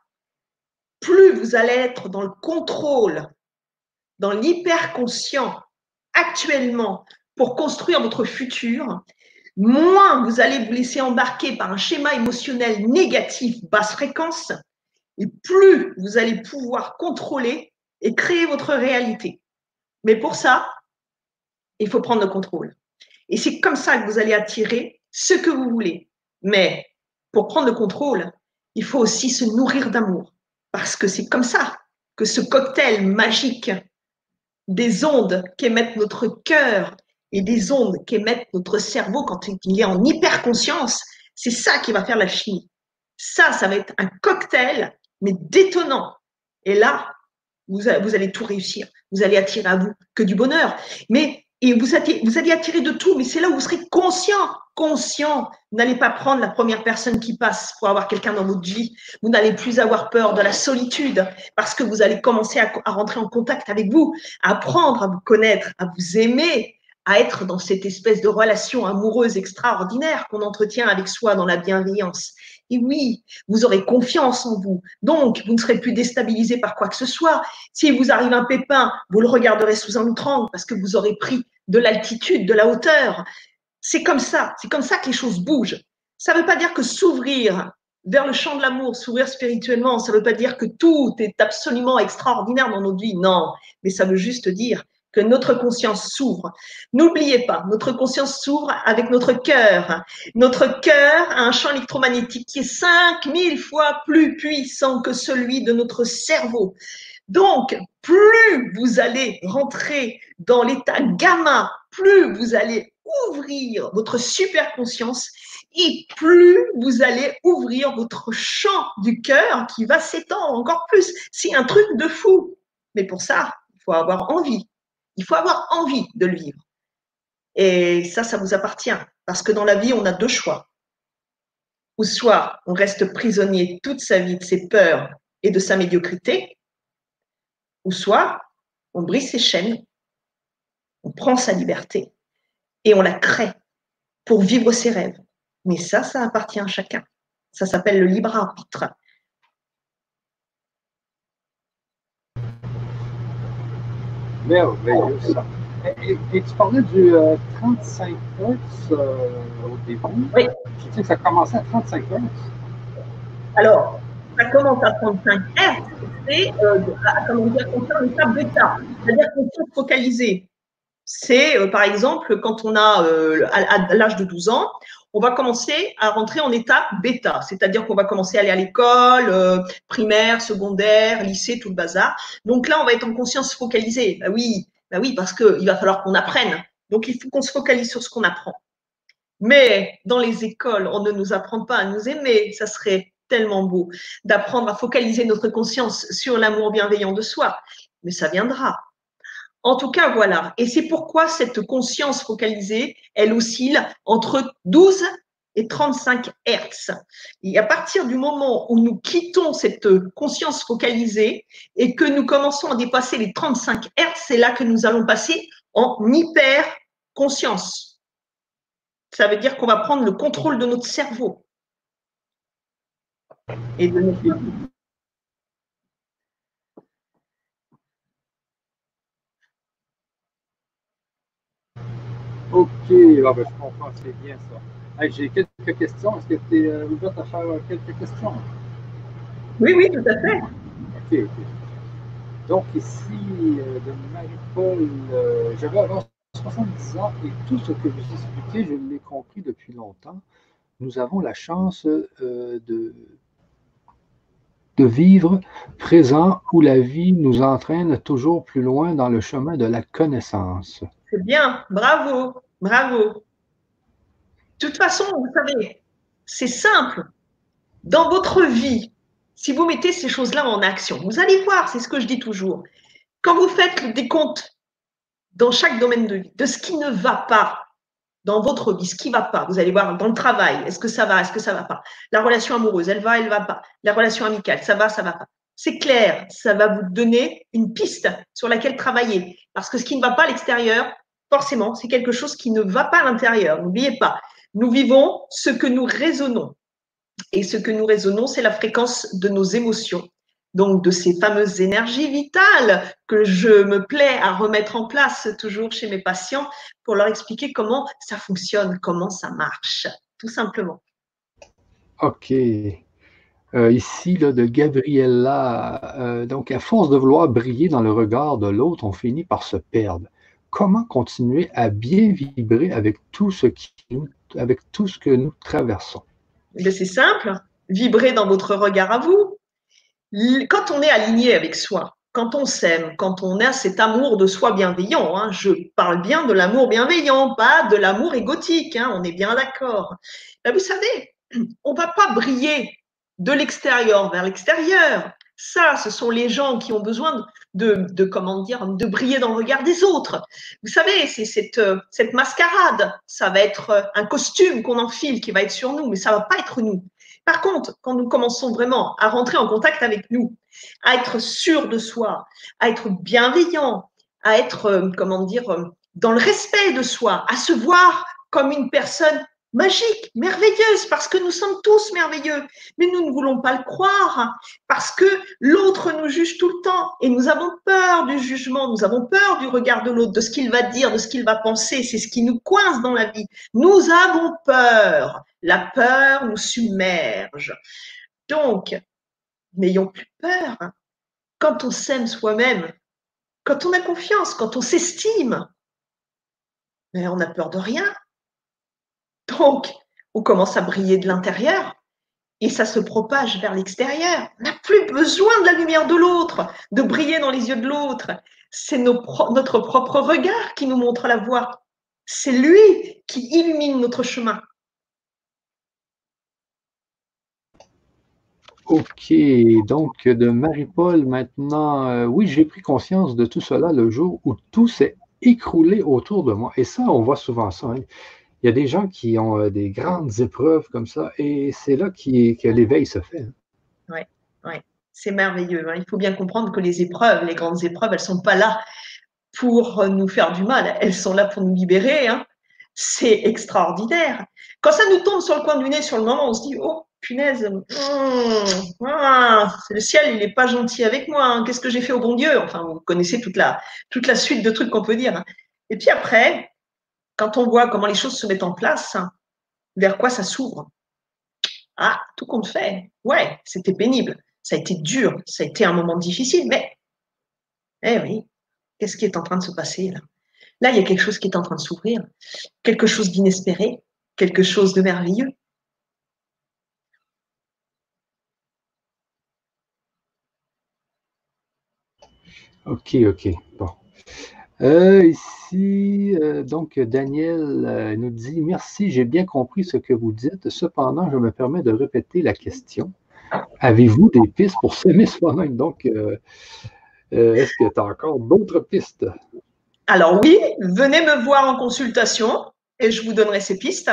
plus vous allez être dans le contrôle, dans l'hyperconscient actuellement pour construire votre futur, moins vous allez vous laisser embarquer par un schéma émotionnel négatif basse fréquence, et plus vous allez pouvoir contrôler et créer votre réalité. Mais pour ça, il faut prendre le contrôle. Et c'est comme ça que vous allez attirer ce que vous voulez. Mais pour prendre le contrôle, il faut aussi se nourrir d'amour. Parce que c'est comme ça que ce cocktail magique des ondes qu'émettent notre cœur et des ondes qu'émettent notre cerveau quand il est en hyperconscience, c'est ça qui va faire la chimie. Ça va être un cocktail, mais détonnant. Et là, vous allez tout réussir. Vous allez attirer à vous que du bonheur. Et vous allez attirer de tout, mais c'est là où vous serez conscient. Vous n'allez pas prendre la première personne qui passe pour avoir quelqu'un dans votre vie. Vous n'allez plus avoir peur de la solitude parce que vous allez commencer à rentrer en contact avec vous, à apprendre à vous connaître, à vous aimer, à être dans cette espèce de relation amoureuse extraordinaire qu'on entretient avec soi dans la bienveillance. Et oui, vous aurez confiance en vous. Donc, vous ne serez plus déstabilisé par quoi que ce soit. Si vous arrive un pépin, vous le regarderez sous un autre angle parce que vous aurez pris de l'altitude, de la hauteur. C'est comme ça que les choses bougent. Ça ne veut pas dire que s'ouvrir vers le champ de l'amour, s'ouvrir spirituellement, ça ne veut pas dire que tout est absolument extraordinaire dans notre vie. Non, mais ça veut juste dire que notre conscience s'ouvre. N'oubliez pas, notre conscience s'ouvre avec notre cœur. Notre cœur a un champ électromagnétique qui est 5000 fois plus puissant que celui de notre cerveau. Donc, plus vous allez rentrer dans l'état gamma, plus vous allez ouvrir votre super conscience et plus vous allez ouvrir votre champ du cœur qui va s'étendre encore plus. C'est un truc de fou. Mais pour ça, il faut avoir envie. Il faut avoir envie de le vivre. Et ça vous appartient. Parce que dans la vie, on a deux choix. Ou soit on reste prisonnier toute sa vie de ses peurs et de sa médiocrité, ou soit on brise ses chaînes, on prend sa liberté et on la crée pour vivre ses rêves. Mais ça appartient à chacun. Ça s'appelle le libre arbitre. Merveilleux, ça. Et tu parlais du 35 Hz au début. Oui. Tu dis que ça commençait à 35 Hz. Alors, ça commence à 35 Hz, c'est comment dire, concerne l'état bêta, c'est-à-dire conscience focalisée. C'est, par exemple, quand on a, à l'âge de 12 ans, on va commencer à rentrer en état bêta, c'est-à-dire qu'on va commencer à aller à l'école, primaire, secondaire, lycée, tout le bazar. Donc là, on va être en conscience focalisée. Bah oui, parce qu'il va falloir qu'on apprenne. Donc, il faut qu'on se focalise sur ce qu'on apprend. Mais dans les écoles, on ne nous apprend pas à nous aimer. Ça serait tellement beau d'apprendre à focaliser notre conscience sur l'amour bienveillant de soi. Mais ça viendra. En tout cas, voilà. Et c'est pourquoi cette conscience focalisée, elle oscille entre 12 et 35 Hertz. Et à partir du moment où nous quittons cette conscience focalisée et que nous commençons à dépasser les 35 Hertz, c'est là que nous allons passer en hyper-conscience. Ça veut dire qu'on va prendre le contrôle de notre cerveau et de notre vie. OK, ah ben, je comprends, c'est bien ça. Hey, j'ai quelques questions. Est-ce que tu es ouverte à faire quelques questions? Oui, oui, tout à fait. OK, OK. Donc ici, de Marie-Paul, j'avais avant 70 ans et tout ce que vous expliquez, je l'ai compris depuis longtemps. Nous avons la chance de vivre présent où la vie nous entraîne toujours plus loin dans le chemin de la connaissance. C'est bien, bravo, bravo. De toute façon, vous savez, c'est simple. Dans votre vie, si vous mettez ces choses-là en action, vous allez voir, c'est ce que je dis toujours. Quand vous faites le décompte dans chaque domaine de vie, de ce qui ne va pas dans votre vie, ce qui ne va pas, vous allez voir dans le travail, est-ce que ça va, est-ce que ça ne va pas. La relation amoureuse, elle va pas. La relation amicale, ça va pas. C'est clair, ça va vous donner une piste sur laquelle travailler. Parce que ce qui ne va pas à l'extérieur, forcément, c'est quelque chose qui ne va pas à l'intérieur. N'oubliez pas, nous vivons ce que nous raisonnons. Et ce que nous raisonnons, c'est la fréquence de nos émotions. Donc, de ces fameuses énergies vitales que je me plais à remettre en place toujours chez mes patients pour leur expliquer comment ça fonctionne, comment ça marche, tout simplement. OK. Ici, là, de Gabriella, donc à force de vouloir briller dans le regard de l'autre, on finit par se perdre. Comment continuer à bien vibrer avec avec tout ce que nous traversons? C'est simple, vibrer dans votre regard à vous. Quand on est aligné avec soi, quand on s'aime, quand on a cet amour de soi bienveillant, hein, je parle bien de l'amour bienveillant, pas de l'amour égotique, hein, on est bien d'accord. Ben, vous savez, on ne va pas briller de l'extérieur vers l'extérieur. Ça, ce sont les gens qui ont besoin comment dire, de briller dans le regard des autres. Vous savez, c'est cette mascarade. Ça va être un costume qu'on enfile qui va être sur nous, mais ça ne va pas être nous. Par contre, quand nous commençons vraiment à rentrer en contact avec nous, à être sûr de soi, à être bienveillant, à être, comment dire, dans le respect de soi, à se voir comme une personne magique, merveilleuse, parce que nous sommes tous merveilleux, mais nous ne voulons pas le croire, parce que l'autre nous juge tout le temps, et nous avons peur du jugement, nous avons peur du regard de l'autre, de ce qu'il va dire, de ce qu'il va penser, c'est ce qui nous coince dans la vie. Nous avons peur, la peur nous submerge. Donc, n'ayons plus peur. Quand on s'aime soi-même, quand on a confiance, quand on s'estime, mais on n'a peur de rien. Donc, on commence à briller de l'intérieur et ça se propage vers l'extérieur. On n'a plus besoin de la lumière de l'autre, de briller dans les yeux de l'autre. C'est notre propre regard qui nous montre la voie. C'est lui qui illumine notre chemin. OK, donc de Marie-Paul maintenant, oui, j'ai pris conscience de tout cela le jour où tout s'est écroulé autour de moi. Et ça, on voit souvent ça, hein. Il y a des gens qui ont des grandes épreuves comme ça, et c'est là que l'éveil se fait, hein. Oui, ouais. C'est merveilleux, hein. Il faut bien comprendre que les épreuves, les grandes épreuves, elles ne sont pas là pour nous faire du mal, elles sont là pour nous libérer, hein. C'est extraordinaire. Quand ça nous tombe sur le coin du nez, sur le moment, on se dit, oh, punaise, le ciel, il n'est pas gentil avec moi. Hein. Qu'est-ce que j'ai fait au bon Dieu? Enfin, vous connaissez toute la suite de trucs qu'on peut dire. Hein. Et puis après, quand on voit comment les choses se mettent en place, hein, vers quoi ça s'ouvre? Ah, tout compte fait. Ouais, c'était pénible. Ça a été dur. Ça a été un moment difficile. Mais, eh oui, qu'est-ce qui est en train de se passer là? Là, il y a quelque chose qui est en train de s'ouvrir. Quelque chose d'inespéré. Quelque chose de merveilleux. Ok, ok. Bon. Ici, donc, Daniel nous dit, merci, j'ai bien compris ce que vous dites. Cependant, je me permets de répéter la question. Avez-vous des pistes pour s'aimer soi-même? Donc, est-ce que tu as encore d'autres pistes? Alors oui, venez me voir en consultation et je vous donnerai ces pistes.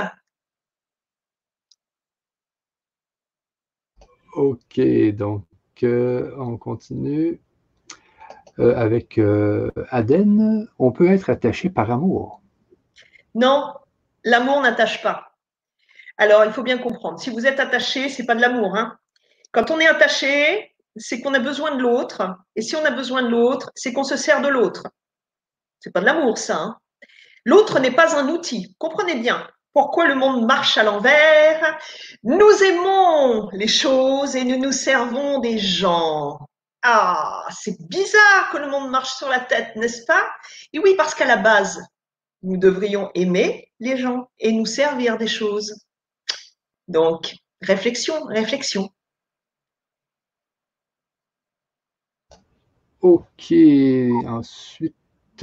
Ok, donc, on continue avec Aden. On peut être attaché par amour. Non, l'amour n'attache pas. Alors, il faut bien comprendre. Si vous êtes attaché, c'est pas de l'amour. Hein. Quand on est attaché, c'est qu'on a besoin de l'autre. Et si on a besoin de l'autre, c'est qu'on se sert de l'autre. C'est pas de l'amour, ça. Hein. L'autre n'est pas un outil. Comprenez bien. Pourquoi le monde marche à l'envers? Nous aimons les choses et nous nous servons des gens. Ah, c'est bizarre que le monde marche sur la tête, n'est-ce pas? Et oui, parce qu'à la base, nous devrions aimer les gens et nous servir des choses. Donc, réflexion, réflexion. Ok, ensuite,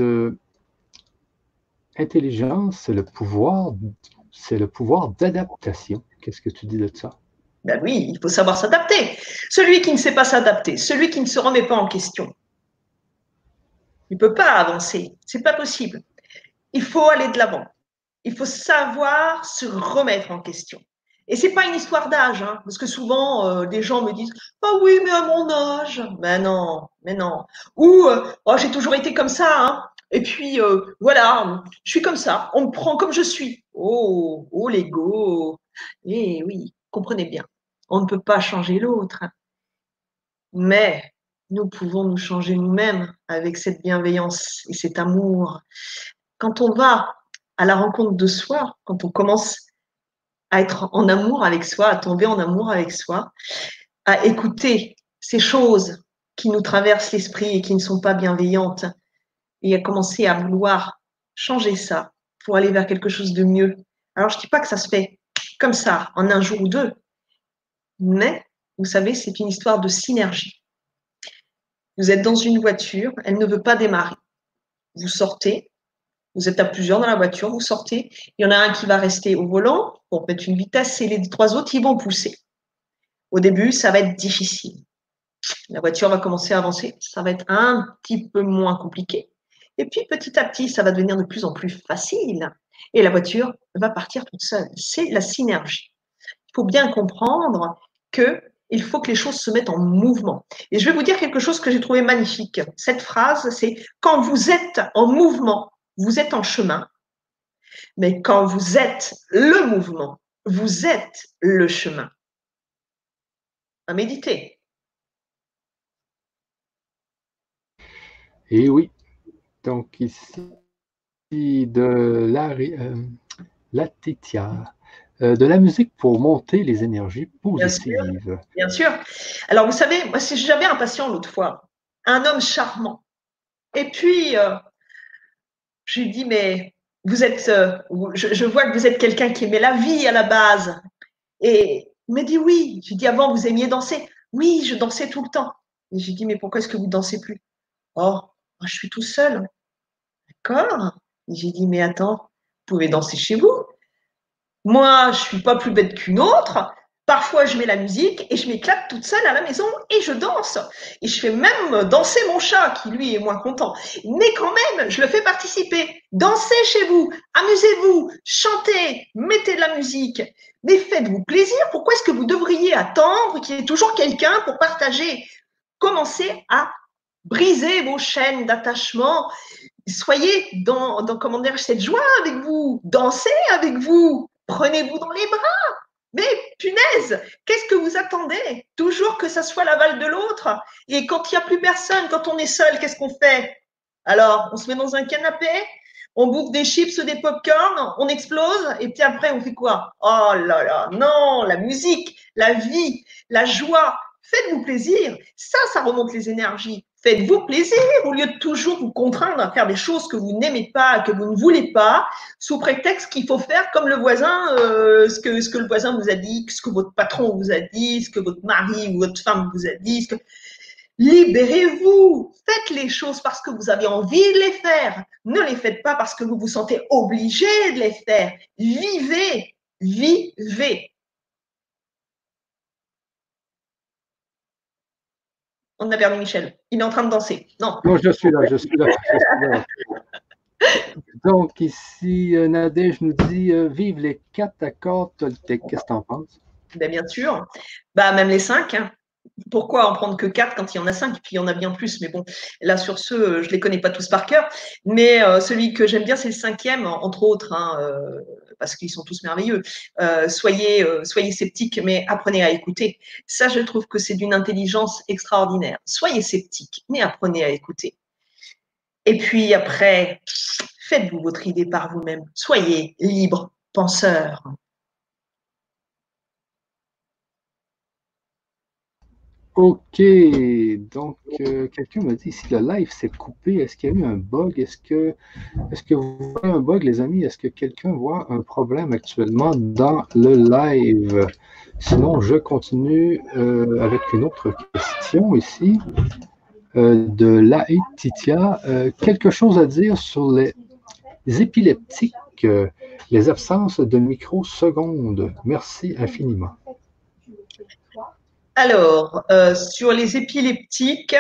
intelligence, c'est le pouvoir d'adaptation. Qu'est-ce que tu dis de ça? Ben oui, il faut savoir s'adapter. Celui qui ne sait pas s'adapter, celui qui ne se remet pas en question, il ne peut pas avancer. C'est pas possible. Il faut aller de l'avant. Il faut savoir se remettre en question. Et c'est pas une histoire d'âge, hein, parce que souvent des gens me disent ah oui mais à mon âge, ben non, mais non. Ou oh, j'ai toujours été comme ça, hein. Et puis voilà, je suis comme ça, on me prend comme je suis. Oh, oh l'ego. Eh oui, comprenez bien, on ne peut pas changer l'autre, mais nous pouvons nous changer nous-mêmes avec cette bienveillance et cet amour. Quand on va à la rencontre de soi, quand on commence à être en amour avec soi, à tomber en amour avec soi, à écouter ces choses qui nous traversent l'esprit et qui ne sont pas bienveillantes, et à commencer à vouloir changer ça pour aller vers quelque chose de mieux. Alors, je ne dis pas que ça se fait comme ça, en un jour ou deux, mais vous savez, c'est une histoire de synergie. Vous êtes dans une voiture, elle ne veut pas démarrer. Vous sortez, vous êtes à plusieurs dans la voiture, vous sortez, il y en a un qui va rester au volant pour mettre une vitesse et les trois autres, ils vont pousser. Au début, ça va être difficile. La voiture va commencer à avancer, ça va être un petit peu moins compliqué. Et puis petit à petit, ça va devenir de plus en plus facile. Et la voiture va partir toute seule. C'est la synergie. Il faut bien comprendre qu'il faut que les choses se mettent en mouvement. Et je vais vous dire quelque chose que j'ai trouvé magnifique. Cette phrase, c'est quand vous êtes en mouvement, vous êtes en chemin. Mais quand vous êtes le mouvement, vous êtes le chemin. À méditer. Et oui, donc ici, de la tétia, de la musique pour monter les énergies Bien sûr, positives. bien sûr. Alors, vous savez, moi, si j'avais un patient l'autre fois, un homme charmant, et puis je lui dis, mais vous êtes, je vois que vous êtes quelqu'un qui aimait la vie à la base. Et il me dit oui. J'ai dit, avant, vous aimiez danser. Oui, je dansais tout le temps. Et j'ai dit, mais pourquoi est-ce que vous dansez plus? Oh, je suis tout seul. D'accord. Et j'ai dit, mais attends, vous pouvez danser chez vous. Moi, je suis pas plus bête qu'une autre. Parfois, je mets la musique et je m'éclate toute seule à la maison et je danse. Et je fais même danser mon chat qui, lui, est moins content. Mais quand même, je le fais participer. Dansez chez vous, amusez-vous, chantez, mettez de la musique. Mais faites-vous plaisir. Pourquoi est-ce que vous devriez attendre qu'il y ait toujours quelqu'un pour partager? Commencez à briser vos chaînes d'attachement. Soyez dans comment dire, cette joie avec vous. Dansez avec vous. Prenez-vous dans les bras. Mais punaise, qu'est-ce que vous attendez? Toujours que ça soit l'aval de l'autre. Et quand il n'y a plus personne, quand on est seul, qu'est-ce qu'on fait? Alors, on se met dans un canapé, on bouffe des chips, des pop-corn, on explose, et puis après, on fait quoi? Oh là là, non, la musique, la vie, la joie. Faites-vous plaisir. Ça remonte les énergies. Faites-vous plaisir au lieu de toujours vous contraindre à faire des choses que vous n'aimez pas, que vous ne voulez pas, sous prétexte qu'il faut faire comme le voisin, ce que le voisin vous a dit, ce que votre patron vous a dit, ce que votre mari ou votre femme vous a dit. Libérez-vous, faites les choses parce que vous avez envie de les faire. Ne les faites pas parce que vous vous sentez obligé de les faire. Vivez, vivez. On a perdu Michel. Il est en train de danser. Non. Non, je suis là, je suis là, je suis là. Donc, ici, Nadège nous dit vive les 4 accords Toltec. Qu'est-ce que tu en penses? Ben, bien sûr. Bah, même les 5. Hein. Pourquoi en prendre que 4 quand il y en a 5 et puis il y en a bien plus. Mais bon, là, sur ceux, je ne les connais pas tous par cœur. Mais celui que j'aime bien, c'est le 5e, entre autres, hein, parce qu'ils sont tous merveilleux. Soyez sceptiques, mais apprenez à écouter. Ça, je trouve que c'est d'une intelligence extraordinaire. Soyez sceptiques, mais apprenez à écouter. Et puis après, faites-vous votre idée par vous-même. Soyez libre penseur. Ok, donc quelqu'un m'a dit si le live s'est coupé, est-ce qu'il y a eu un bug? Est-ce que vous voyez un bug, les amis? Est-ce que quelqu'un voit un problème actuellement dans le live? Sinon, je continue avec une autre question ici de Laetitia. Quelque chose à dire sur les épileptiques, les absences de microsecondes. Merci infiniment. Alors, sur les épileptiques,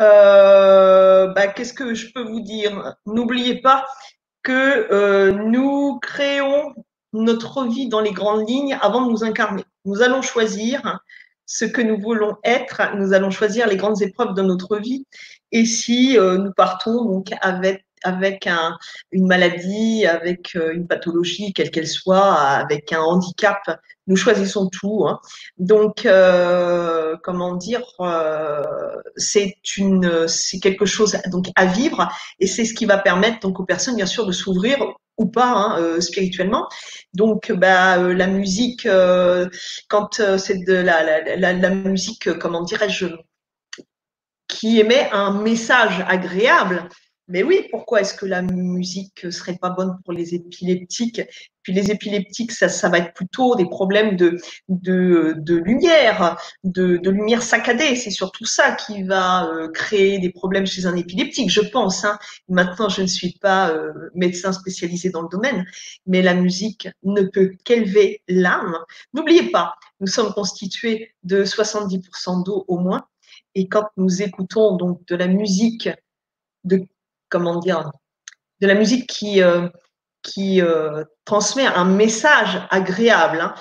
qu'est-ce que je peux vous dire? N'oubliez pas que nous créons notre vie dans les grandes lignes avant de nous incarner. Nous allons choisir ce que nous voulons être, nous allons choisir les grandes épreuves de notre vie. Et si nous partons donc avec une maladie, avec une pathologie, quelle qu'elle soit, avec un handicap, nous choisissons tout. Hein. Donc, comment dire, c'est quelque chose donc à vivre, et c'est ce qui va permettre donc aux personnes bien sûr de s'ouvrir ou pas hein, spirituellement. Donc, la musique, quand c'est de la musique, comment dirais-je, qui émet un message agréable. Mais oui, pourquoi est-ce que la musique ne serait pas bonne pour les épileptiques? Puis les épileptiques, ça va être plutôt des problèmes de lumière, de lumière saccadée. C'est surtout ça qui va créer des problèmes chez un épileptique, je pense. Hein. Maintenant, je ne suis pas médecin spécialisé dans le domaine, mais la musique ne peut qu'élever l'âme. N'oubliez pas, nous sommes constitués de 70% d'eau au moins. Et quand nous écoutons donc de la musique, de comment dire, de la musique qui transmet un message agréable, hein,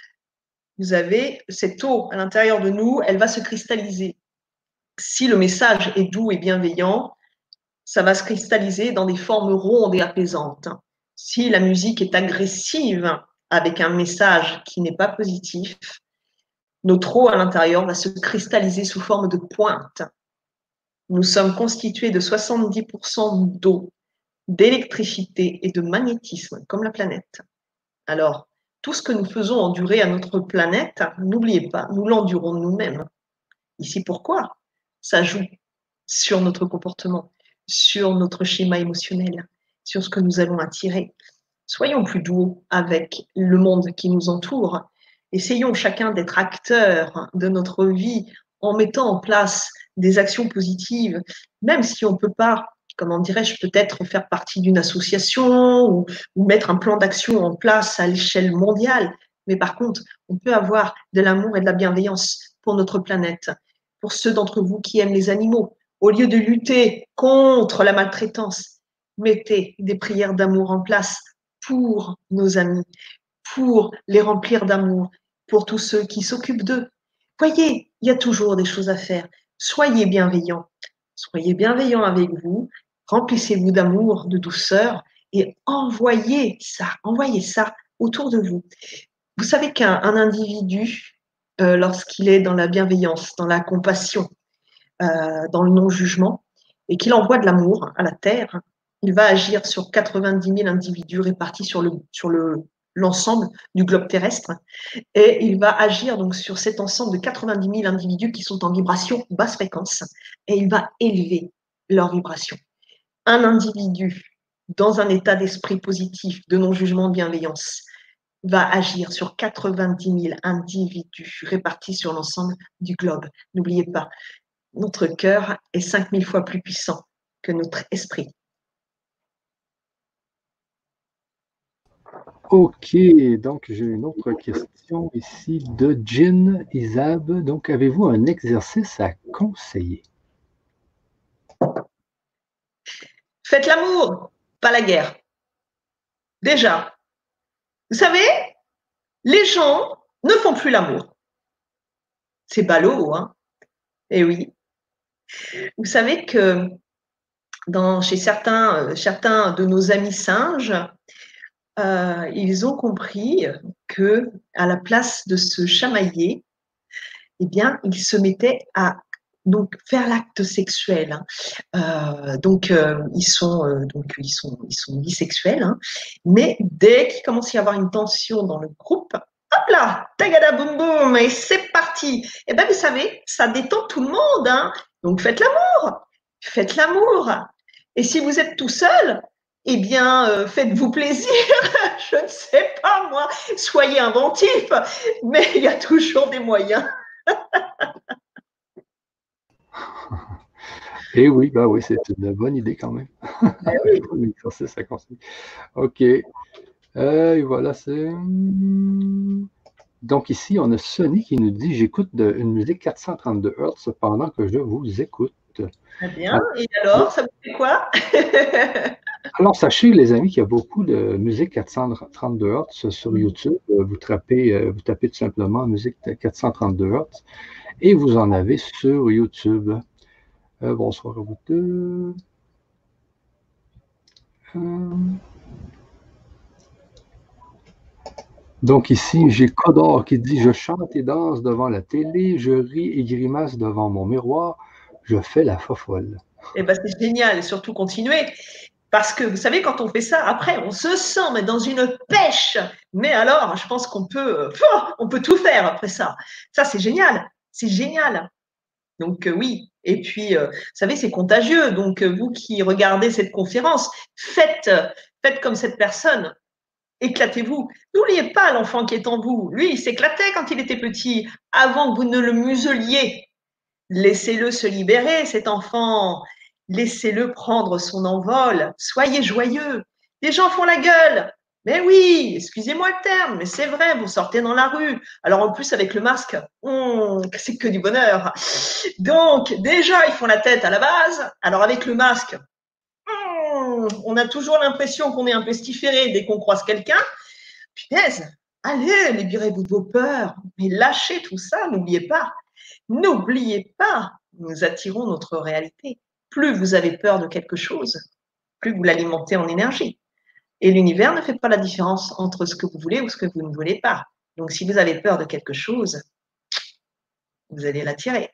vous avez cette eau à l'intérieur de nous, elle va se cristalliser. Si le message est doux et bienveillant, ça va se cristalliser dans des formes rondes et apaisantes. Si la musique est agressive, avec un message qui n'est pas positif, notre eau à l'intérieur va se cristalliser sous forme de pointe. Nous sommes constitués de 70% d'eau, d'électricité et de magnétisme, comme la planète. Alors, tout ce que nous faisons endurer à notre planète, n'oubliez pas, nous l'endurons nous-mêmes. Ici, pourquoi? Ça joue sur notre comportement, sur notre schéma émotionnel, sur ce que nous allons attirer. Soyons plus doux avec le monde qui nous entoure. Essayons chacun d'être acteur de notre vie en mettant en place des actions positives, même si on ne peut pas, comment dirais-je, peut-être faire partie d'une association ou mettre un plan d'action en place à l'échelle mondiale. Mais par contre, on peut avoir de l'amour et de la bienveillance pour notre planète, pour ceux d'entre vous qui aiment les animaux. Au lieu de lutter contre la maltraitance, mettez des prières d'amour en place pour nos amis, pour les remplir d'amour, pour tous ceux qui s'occupent d'eux. Voyez, il y a toujours des choses à faire. Soyez bienveillants. Soyez bienveillants avec vous. Remplissez-vous d'amour, de douceur et envoyez ça autour de vous. Vous savez qu'un individu, lorsqu'il est dans la bienveillance, dans la compassion, dans le non-jugement, et qu'il envoie de l'amour à la Terre, il va agir sur 90 000 individus répartis sur l'ensemble du globe terrestre, et il va agir donc sur cet ensemble de 90 000 individus qui sont en vibration basse fréquence, et il va élever leur vibration. Un individu dans un état d'esprit positif, de non-jugement, de bienveillance, va agir sur 90 000 individus répartis sur l'ensemble du globe. N'oubliez pas, notre cœur est 5000 fois plus puissant que notre esprit. Ok, donc j'ai une autre question ici de Jin Isab. Donc, avez-vous un exercice à conseiller? Faites l'amour, pas la guerre. Déjà, vous savez, les gens ne font plus l'amour. C'est ballot, hein? Eh oui. Vous savez que chez certains de nos amis singes, ils ont compris que à la place de se chamailler, eh bien, ils se mettaient à donc faire l'acte sexuel. Hein. Ils sont bisexuels, hein. Mais dès qu'il commence à y avoir une tension dans le groupe, hop là, tagada boum boum, et c'est parti. Et ben vous savez, ça détend tout le monde, hein. Donc faites l'amour. Et si vous êtes tout seul, eh bien faites-vous plaisir. Je ne sais pas moi, soyez inventif, mais il y a toujours des moyens. Eh oui, bah oui, c'est une bonne idée quand même. Ben oui. Un exercice à conseiller. Ok. Et voilà, c'est. Donc ici, on a Sonny qui nous dit, j'écoute une musique 432 Hz pendant que je vous écoute. Très bien. Et alors, ça vous fait quoi? Alors, sachez, les amis, qu'il y a beaucoup de musique 432 Hz sur YouTube. Vous tapez tout simplement musique 432 Hz et vous en avez sur YouTube. Bonsoir à vous deux. Donc ici, j'ai Codor qui dit, je chante et danse devant la télé, je ris et grimace devant mon miroir, je fais la fofolle. Eh ben, c'est génial, et surtout continuer. Parce que vous savez, quand on fait ça, après, on se sent mais dans une pêche. Mais alors, je pense on peut tout faire après ça. Ça, c'est génial. C'est génial. Donc oui. Et puis, vous savez, c'est contagieux. Donc vous qui regardez cette conférence, faites comme cette personne. Éclatez-vous. N'oubliez pas l'enfant qui est en vous. Lui, il s'éclatait quand il était petit, avant que vous ne le museliez. Laissez-le se libérer, cet enfant. Laissez-le prendre son envol. Soyez joyeux. Les gens font la gueule. Mais oui, excusez-moi le terme, mais c'est vrai, vous sortez dans la rue. Alors en plus avec le masque, c'est que du bonheur. Donc déjà, ils font la tête à la base. Alors avec le masque, on a toujours l'impression qu'on est un pestiféré dès qu'on croise quelqu'un. Punaise, allez, libérez-vous de vos peurs. Mais lâchez tout ça, n'oubliez pas. N'oubliez pas, nous attirons notre réalité. Plus vous avez peur de quelque chose, plus vous l'alimentez en énergie. Et l'univers ne fait pas la différence entre ce que vous voulez ou ce que vous ne voulez pas. Donc si vous avez peur de quelque chose, vous allez l'attirer.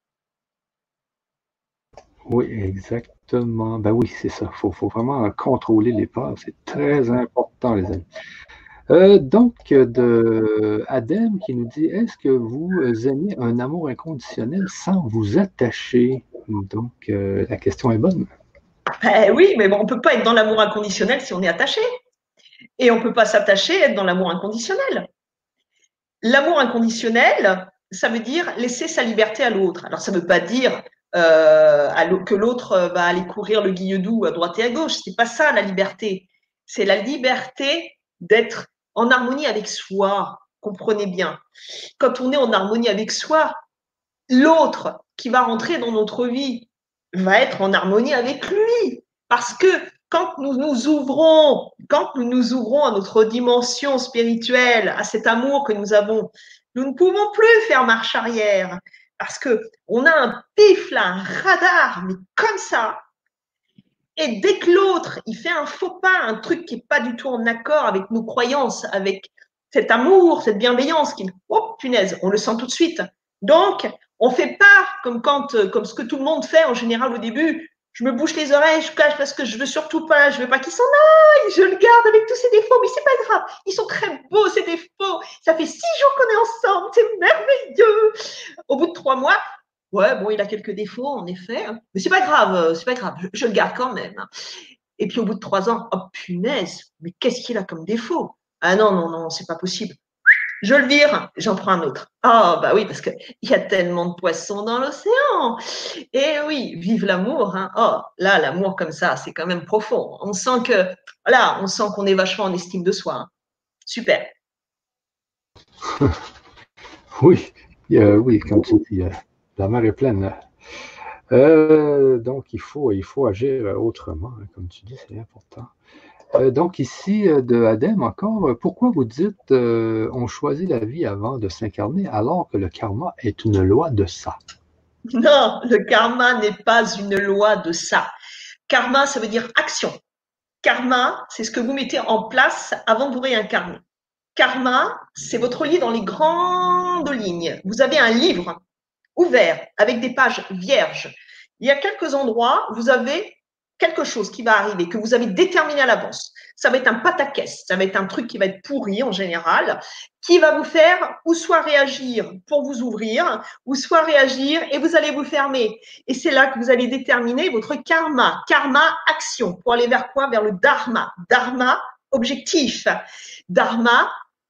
Oui, exactement. Ben oui, c'est ça. Faut vraiment contrôler les peurs. C'est très important, les amis. Donc, de Adem qui nous dit, est-ce que vous aimez un amour inconditionnel sans vous attacher? Donc, la question est bonne. Ben oui, mais bon, on ne peut pas être dans l'amour inconditionnel si on est attaché. Et on ne peut pas s'attacher et être dans l'amour inconditionnel. L'amour inconditionnel, ça veut dire laisser sa liberté à l'autre. Alors, ça ne veut pas dire que l'autre va aller courir le guilledou à droite et à gauche. C'est pas ça la liberté. C'est la liberté d'être en harmonie avec soi. Comprenez bien. Quand on est en harmonie avec soi, l'autre qui va rentrer dans notre vie va être en harmonie avec lui. Parce que quand nous nous ouvrons à notre dimension spirituelle, à cet amour que nous avons, nous ne pouvons plus faire marche arrière. Parce qu'on a un pif là, un radar, mais comme ça. Et dès que l'autre, il fait un faux pas, un truc qui n'est pas du tout en accord avec nos croyances, avec cet amour, cette bienveillance, oh punaise, on le sent tout de suite. Donc, on fait pas comme ce que tout le monde fait en général au début. Je me bouche les oreilles, je cache parce que je veux surtout pas, je veux pas qu'il s'en aille, je le garde avec tous ses défauts, mais c'est pas grave, ils sont très beaux ces défauts, ça fait 6 jours qu'on est ensemble, c'est merveilleux. Au bout de 3 mois, ouais, bon, il a quelques défauts en effet, mais c'est pas grave, je le garde quand même. Et puis au bout de 3 ans, oh punaise, mais qu'est-ce qu'il a comme défaut? Ah non, non, non, c'est pas possible. Je le vire, j'en prends un autre. Ah, bah oui, parce qu'il y a tellement de poissons dans l'océan. Et oui, vive l'amour. Hein. Oh, là, l'amour comme ça, c'est quand même profond. On sent qu'on est vachement en estime de soi. Hein. Super. Oui, oui, comme tu dis, la mer est pleine. Donc, il faut agir autrement, hein, comme tu dis, c'est important. Donc, ici, de Adem encore, pourquoi vous dites on choisit la vie avant de s'incarner alors que le karma est une loi de ça? Non, le karma n'est pas une loi de ça. Karma, ça veut dire action. Karma, c'est ce que vous mettez en place avant de vous réincarner. Karma, c'est votre lit dans les grandes lignes. Vous avez un livre ouvert avec des pages vierges. Il y a quelques endroits, vous avez quelque chose qui va arriver, que vous avez déterminé à l'avance. Ça va être un pataquès, ça va être un truc qui va être pourri en général, qui va vous faire ou soit réagir pour vous ouvrir, ou soit réagir et vous allez vous fermer. Et c'est là que vous allez déterminer votre karma. Karma, action. Pour aller vers quoi? Vers le dharma. Dharma, objectif. Dharma,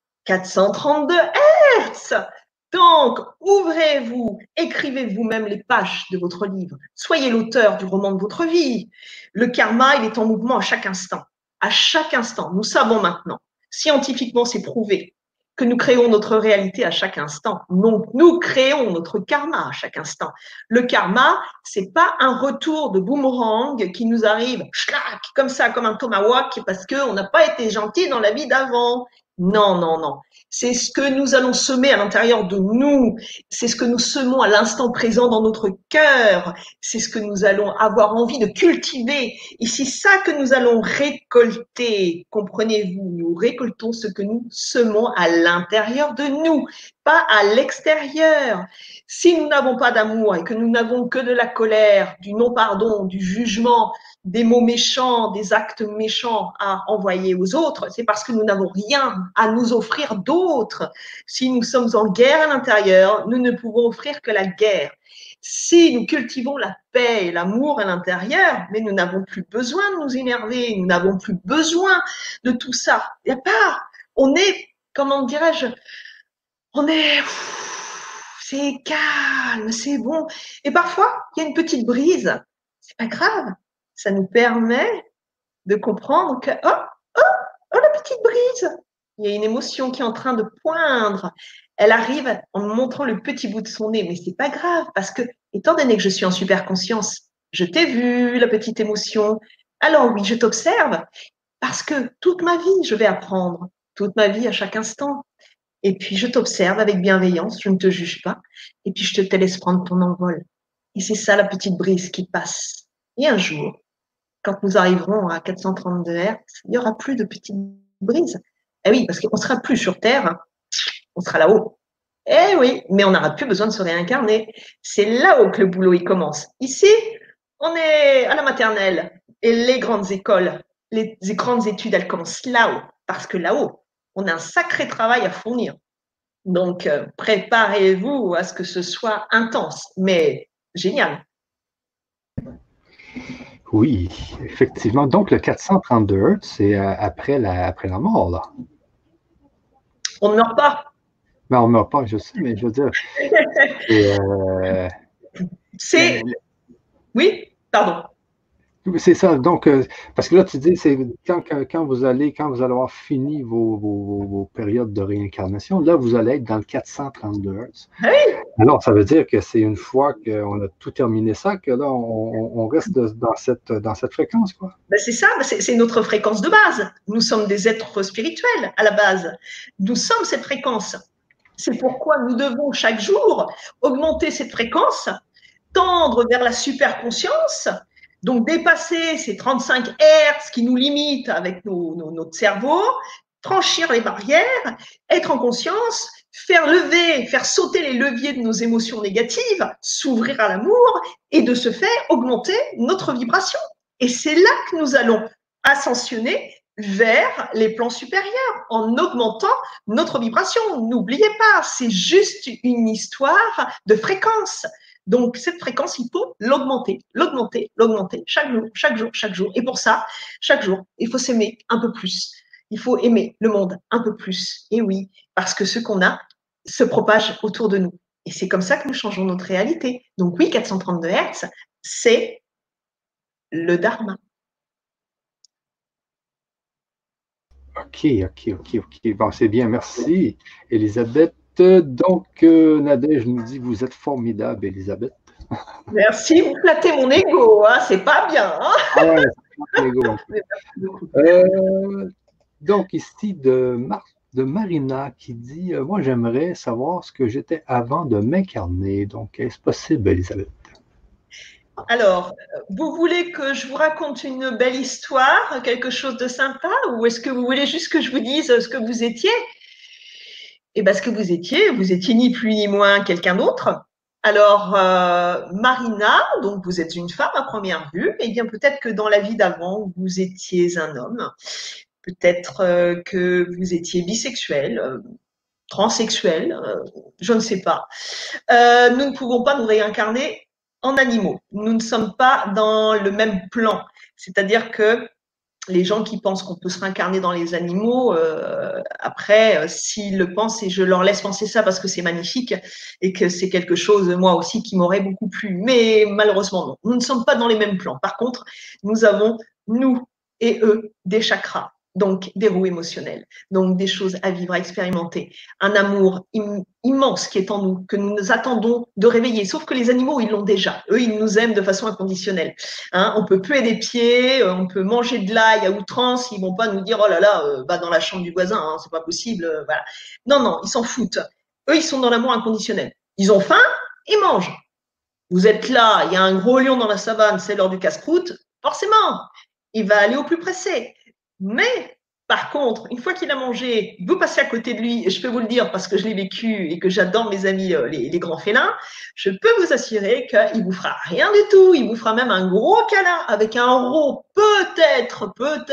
432 Hertz. Donc, ouvrez-vous, écrivez vous-même les pages de votre livre. Soyez l'auteur du roman de votre vie. Le karma, il est en mouvement à chaque instant. À chaque instant. Nous savons maintenant, scientifiquement, c'est prouvé que nous créons notre réalité à chaque instant. Donc, nous créons notre karma à chaque instant. Le karma, c'est pas un retour de boomerang qui nous arrive, schlac, comme ça, comme un tomahawk, parce qu'on n'a pas été gentil dans la vie d'avant. Non, non, non. C'est ce que nous allons semer à l'intérieur de nous. C'est ce que nous semons à l'instant présent dans notre cœur. C'est ce que nous allons avoir envie de cultiver. Et c'est ça que nous allons récolter. Comprenez-vous? Nous récoltons ce que nous semons à l'intérieur de nous, pas à l'extérieur. Si nous n'avons pas d'amour et que nous n'avons que de la colère, du non-pardon, du jugement, des mots méchants, des actes méchants à envoyer aux autres, c'est parce que nous n'avons rien à nous offrir d'autre. Si nous sommes en guerre à l'intérieur, nous ne pouvons offrir que la guerre. Si nous cultivons la paix et l'amour à l'intérieur, mais nous n'avons plus besoin de nous énerver, nous n'avons plus besoin de tout ça. Il n'y a pas. On est, comment dirais-je, on est, c'est calme, c'est bon. Et parfois, il y a une petite brise. C'est pas grave. Ça nous permet de comprendre que, oh, la petite brise. Il y a une émotion qui est en train de poindre. Elle arrive en me montrant le petit bout de son nez, mais c'est pas grave parce que, étant donné que je suis en super conscience, je t'ai vu, la petite émotion. Alors oui, je t'observe parce que toute ma vie, je vais apprendre. Toute ma vie, à chaque instant. Et puis, je t'observe avec bienveillance, je ne te juge pas. Et puis, je te laisse prendre ton envol. Et c'est ça, la petite brise qui passe. Et un jour, quand nous arriverons à 432 Hz, il n'y aura plus de petites brises. Eh oui, parce qu'on ne sera plus sur Terre, on sera là-haut. Eh oui, mais on n'aura plus besoin de se réincarner. C'est là-haut que le boulot il commence. Ici, on est à la maternelle. Et les grandes écoles, les grandes études, elles commencent là-haut. Parce que là-haut, on a un sacré travail à fournir. Donc, préparez-vous à ce que ce soit intense, mais génial. Oui, effectivement. Donc, le 432 Hz, c'est après la mort, là. On ne meurt pas. Mais on ne meurt pas, je sais, mais je veux dire. C'est. Oui, pardon. C'est ça. Donc, parce que là, tu dis, c'est quand vous allez avoir fini vos périodes de réincarnation, là, vous allez être dans le 432 Hz. Oui. Alors, ça veut dire que c'est une fois qu'on a tout terminé ça, que là, on reste dans cette fréquence, quoi. Ben c'est ça, c'est notre fréquence de base. Nous sommes des êtres spirituels à la base. Nous sommes cette fréquence. C'est pourquoi nous devons chaque jour augmenter cette fréquence, tendre vers la superconscience, donc dépasser ces 35 Hertz qui nous limitent avec notre cerveau, franchir les barrières, être en conscience, faire sauter les leviers de nos émotions négatives, s'ouvrir à l'amour et de ce fait augmenter notre vibration. Et c'est là que nous allons ascensionner vers les plans supérieurs en augmentant notre vibration. N'oubliez pas, c'est juste une histoire de fréquence. Donc, cette fréquence, il faut l'augmenter, l'augmenter, l'augmenter chaque jour, chaque jour, chaque jour. Et pour ça, chaque jour, il faut s'aimer un peu plus. Il faut aimer le monde un peu plus. Et oui, parce que ce qu'on a se propage autour de nous. Et c'est comme ça que nous changeons notre réalité. Donc oui, 432 Hertz, c'est le Dharma. OK, OK, OK, OK. Bon, c'est bien, merci, Elisabeth. Donc, Nadège nous dit, vous êtes formidable, Elisabeth. Merci, vous flattez mon ego, hein, c'est pas bien. Hein. Ah ouais, c'est l'ego. Donc, ici, de Marina qui dit, moi, j'aimerais savoir ce que j'étais avant de m'incarner. Donc, est-ce possible, Elisabeth? Alors, vous voulez que je vous raconte une belle histoire, quelque chose de sympa, ou est-ce que vous voulez juste que je vous dise ce que vous étiez? Eh bien, ce que vous étiez ni plus ni moins quelqu'un d'autre. Alors, Marina, donc vous êtes une femme à première vue, et bien peut-être que dans la vie d'avant, vous étiez un homme, peut-être que vous étiez bisexuel, transsexuel, je ne sais pas. Nous ne pouvons pas nous réincarner en animaux. Nous ne sommes pas dans le même plan. C'est-à-dire que les gens qui pensent qu'on peut se réincarner dans les animaux, après, s'ils le pensent, et je leur laisse penser ça parce que c'est magnifique et que c'est quelque chose, moi aussi, qui m'aurait beaucoup plu. Mais malheureusement, non. Nous ne sommes pas dans les mêmes plans. Par contre, nous avons, nous et eux, des chakras, donc des roues émotionnelles, donc des choses à vivre, à expérimenter, un amour immense qui est en nous, que nous attendons de réveiller. Sauf que les animaux, ils l'ont déjà. Eux, ils nous aiment de façon inconditionnelle. Hein, on peut puer des pieds, on peut manger de l'ail à outrance, ils vont pas nous dire oh là là, va dans la chambre du voisin, hein, c'est pas possible. Voilà. Non, non, ils s'en foutent. Eux, ils sont dans l'amour inconditionnel. Ils ont faim, ils mangent. Vous êtes là, il y a un gros lion dans la savane, c'est l'heure du casse-croûte, forcément, il va aller au plus pressé. Mais par contre, une fois qu'il a mangé, vous passez à côté de lui, et je peux vous le dire parce que je l'ai vécu et que j'adore mes amis les grands félins, je peux vous assurer qu'il vous fera rien du tout, il vous fera même un gros câlin avec un rot, peut-être,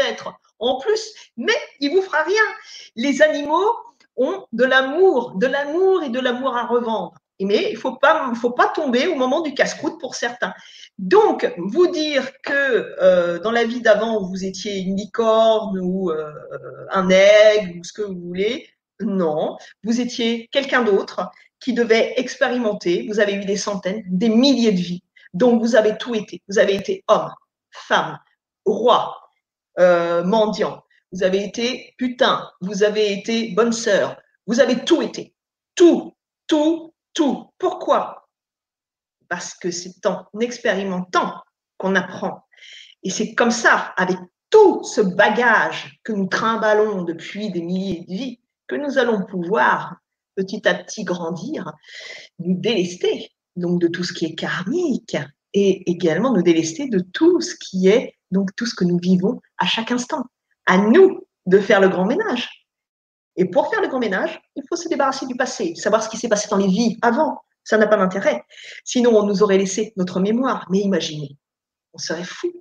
en plus, mais il vous fera rien. Les animaux ont de l'amour et de l'amour à revendre. Mais il ne faut pas tomber au moment du casse-croûte pour certains. Donc, vous dire que dans la vie d'avant, vous étiez une licorne ou un aigle ou ce que vous voulez, non. Vous étiez quelqu'un d'autre qui devait expérimenter. Vous avez eu des centaines, des milliers de vies. Donc, vous avez tout été. Vous avez été homme, femme, roi, mendiant. Vous avez été putain. Vous avez été bonne sœur. Vous avez tout été. Tout, tout, tout. Pourquoi? Parce que c'est en expérimentant qu'on apprend. Et c'est comme ça, avec tout ce bagage que nous trimballons depuis des milliers de vies, que nous allons pouvoir petit à petit grandir, nous délester donc de tout ce qui est karmique et également nous délester de tout ce qui est donc tout ce que nous vivons à chaque instant. À nous de faire le grand ménage. Et pour faire le grand ménage, il faut se débarrasser du passé, savoir ce qui s'est passé dans les vies avant. Ça n'a pas d'intérêt. Sinon, on nous aurait laissé notre mémoire. Mais imaginez, on serait fou.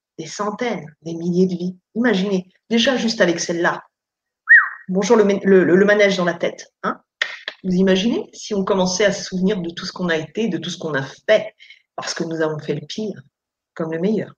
Des centaines, des milliers de vies. Imaginez, déjà juste avec celle-là. Bonjour le manège dans la tête. Hein, vous imaginez si on commençait à se souvenir de tout ce qu'on a été, de tout ce qu'on a fait, parce que nous avons fait le pire comme le meilleur.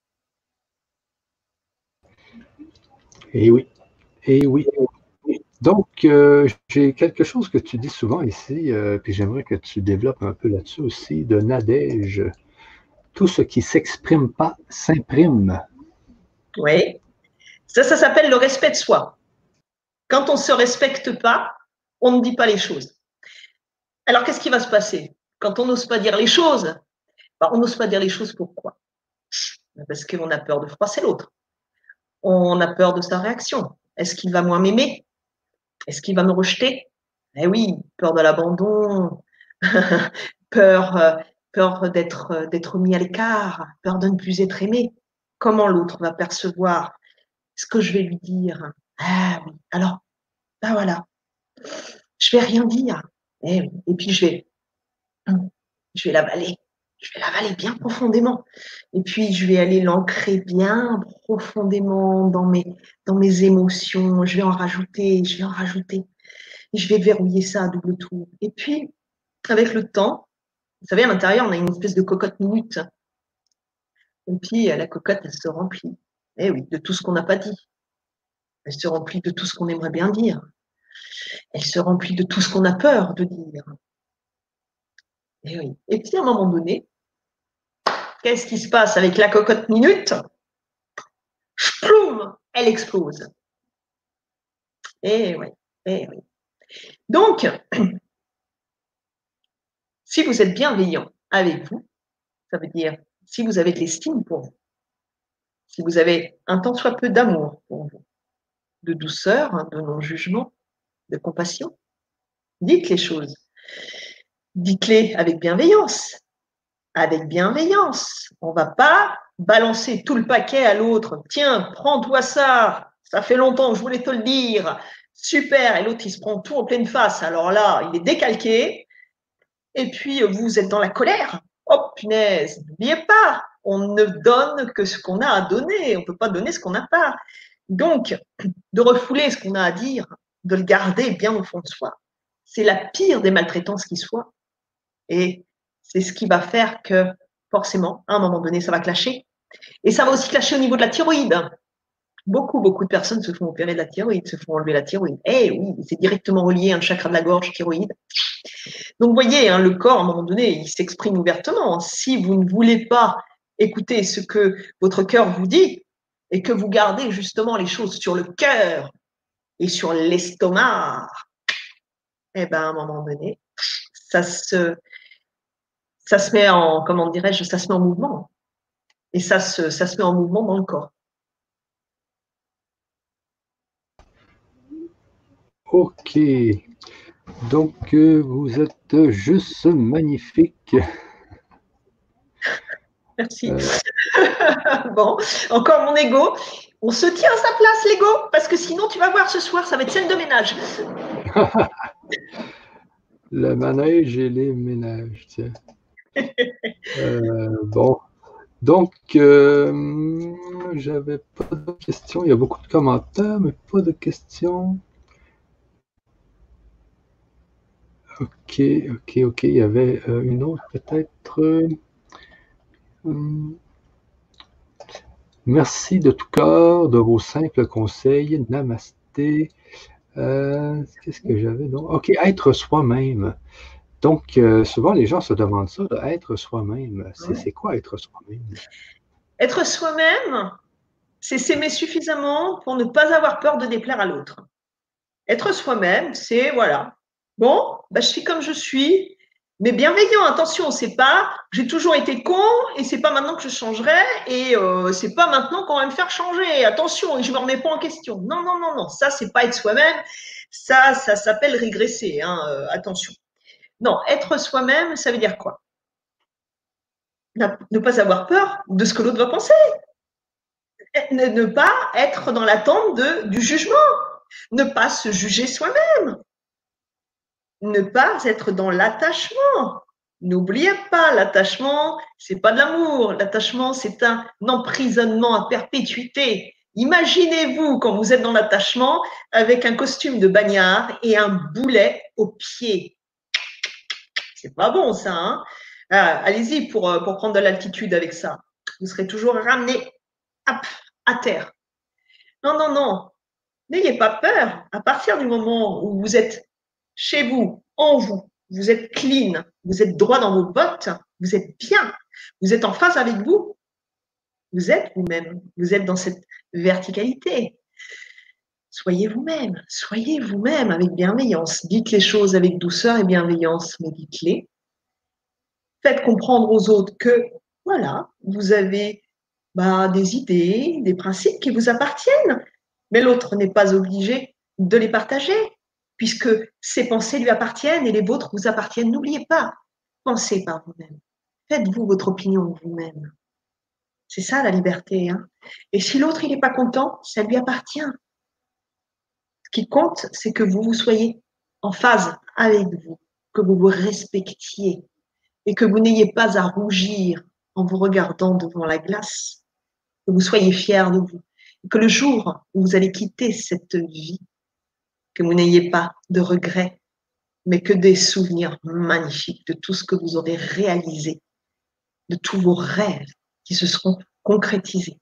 Eh oui, eh oui. Donc, j'ai quelque chose que tu dis souvent ici, puis j'aimerais que tu développes un peu là-dessus aussi, de Nadège. Tout ce qui s'exprime pas s'imprime. Oui, ça s'appelle le respect de soi. Quand on ne se respecte pas, on ne dit pas les choses. Alors, qu'est-ce qui va se passer? Quand on n'ose pas dire les choses, on n'ose pas dire les choses pourquoi? Parce qu'on a peur de froisser l'autre. On a peur de sa réaction. Est-ce qu'il va moins m'aimer? Est-ce qu'il va me rejeter? Eh oui, peur de l'abandon, peur d'être mis à l'écart, peur de ne plus être aimé. Comment l'autre va percevoir ce que je vais lui dire? Ah oui, alors, ben voilà, je vais rien dire. Et puis je vais l'avaler. Je vais l'avaler bien profondément. Et puis, je vais aller l'ancrer bien profondément dans mes émotions. Je vais en rajouter, je vais en rajouter. Et je vais verrouiller ça à double tour. Et puis, avec le temps, vous savez, à l'intérieur, on a une espèce de cocotte minute. Et puis, la cocotte, elle se remplit. Eh oui, de tout ce qu'on n'a pas dit. Elle se remplit de tout ce qu'on aimerait bien dire. Elle se remplit de tout ce qu'on a peur de dire. Eh oui. Et puis, à un moment donné, qu'est-ce qui se passe avec la cocotte minute? Ploum, elle explose. Eh oui, eh oui. Donc, si vous êtes bienveillant avec vous, ça veut dire si vous avez de l'estime pour vous, si vous avez un tant soit peu d'amour pour vous, de douceur, hein, de non-jugement, de compassion, dites les choses. Dites-les avec bienveillance. Avec bienveillance. On ne va pas balancer tout le paquet à l'autre. Tiens, prends-toi ça. Ça fait longtemps que je voulais te le dire. Super. Et l'autre, il se prend tout en pleine face. Alors là, il est décalqué. Et puis, vous êtes dans la colère. Oh, punaise. N'oubliez pas, on ne donne que ce qu'on a à donner. On ne peut pas donner ce qu'on n'a pas. Donc, de refouler ce qu'on a à dire, de le garder bien au fond de soi, c'est la pire des maltraitances qui soit. Et c'est ce qui va faire que, forcément, à un moment donné, ça va clasher. Et ça va aussi clasher au niveau de la thyroïde. Beaucoup, beaucoup de personnes se font opérer de la thyroïde, se font enlever la thyroïde. Eh oui, c'est directement relié à un chakra de la gorge, thyroïde. Donc, vous voyez, hein, le corps, à un moment donné, il s'exprime ouvertement. Si vous ne voulez pas écouter ce que votre cœur vous dit et que vous gardez justement les choses sur le cœur et sur l'estomac, eh ben, à un moment donné, ça se, ça se met en, comment dirais-je, ça se met en mouvement. Et ça se met en mouvement dans le corps. Ok, donc vous êtes juste magnifique. Merci. Bon, encore mon ego. On se tient à sa place, l'ego, parce que sinon, tu vas voir ce soir, ça va être scène de ménage. Le manège et les ménages, tiens. Bon, donc j'avais pas de questions. Il y a beaucoup de commentaires, mais pas de questions. Ok, ok, ok. Il y avait une autre peut-être. Hum, Merci de tout cœur de vos simples conseils. Namasté. Qu'est-ce que j'avais donc? Ok, être soi-même. Donc, souvent les gens se demandent ça, de être soi-même. C'est quoi être soi-même? Être soi-même, c'est s'aimer suffisamment pour ne pas avoir peur de déplaire à l'autre. Être soi-même, c'est voilà. Bon, bah, je suis comme je suis, mais bienveillant. Attention, c'est pas j'ai toujours été con et c'est pas maintenant que je changerai et c'est pas maintenant qu'on va me faire changer. Attention, je me remets pas en question. Non, non, non, non. Ça, c'est pas être soi-même. Ça s'appelle régresser. Hein, attention. Non, être soi-même, ça veut dire quoi? Ne pas avoir peur de ce que l'autre va penser. Ne pas être dans l'attente du jugement. Ne pas se juger soi-même. Ne pas être dans l'attachement. N'oubliez pas, l'attachement, c'est pas de l'amour. L'attachement, c'est un emprisonnement à perpétuité. Imaginez-vous quand vous êtes dans l'attachement avec un costume de bagnard et un boulet au pied. C'est pas bon, ça. Hein. Allez-y pour prendre de l'altitude avec ça. Vous serez toujours ramené hop, à terre. Non, non, non. N'ayez pas peur. À partir du moment où vous êtes chez vous, en vous, vous êtes clean, vous êtes droit dans vos bottes, vous êtes bien, vous êtes en phase avec vous, vous êtes vous-même, vous êtes dans cette verticalité. Soyez vous-même avec bienveillance. Dites les choses avec douceur et bienveillance, mais dites-les. Faites comprendre aux autres que, voilà, vous avez des idées, des principes qui vous appartiennent, mais l'autre n'est pas obligé de les partager, puisque ses pensées lui appartiennent et les vôtres vous appartiennent. N'oubliez pas, pensez par vous-même. Faites-vous votre opinion vous-même. C'est ça la liberté. Hein. Et si l'autre il n'est pas content, ça lui appartient. Ce qui compte, c'est que vous soyez en phase avec vous, que vous vous respectiez et que vous n'ayez pas à rougir en vous regardant devant la glace, que vous soyez fiers de vous. Et que le jour où vous allez quitter cette vie, que vous n'ayez pas de regrets, mais que des souvenirs magnifiques de tout ce que vous aurez réalisé, de tous vos rêves qui se seront concrétisés.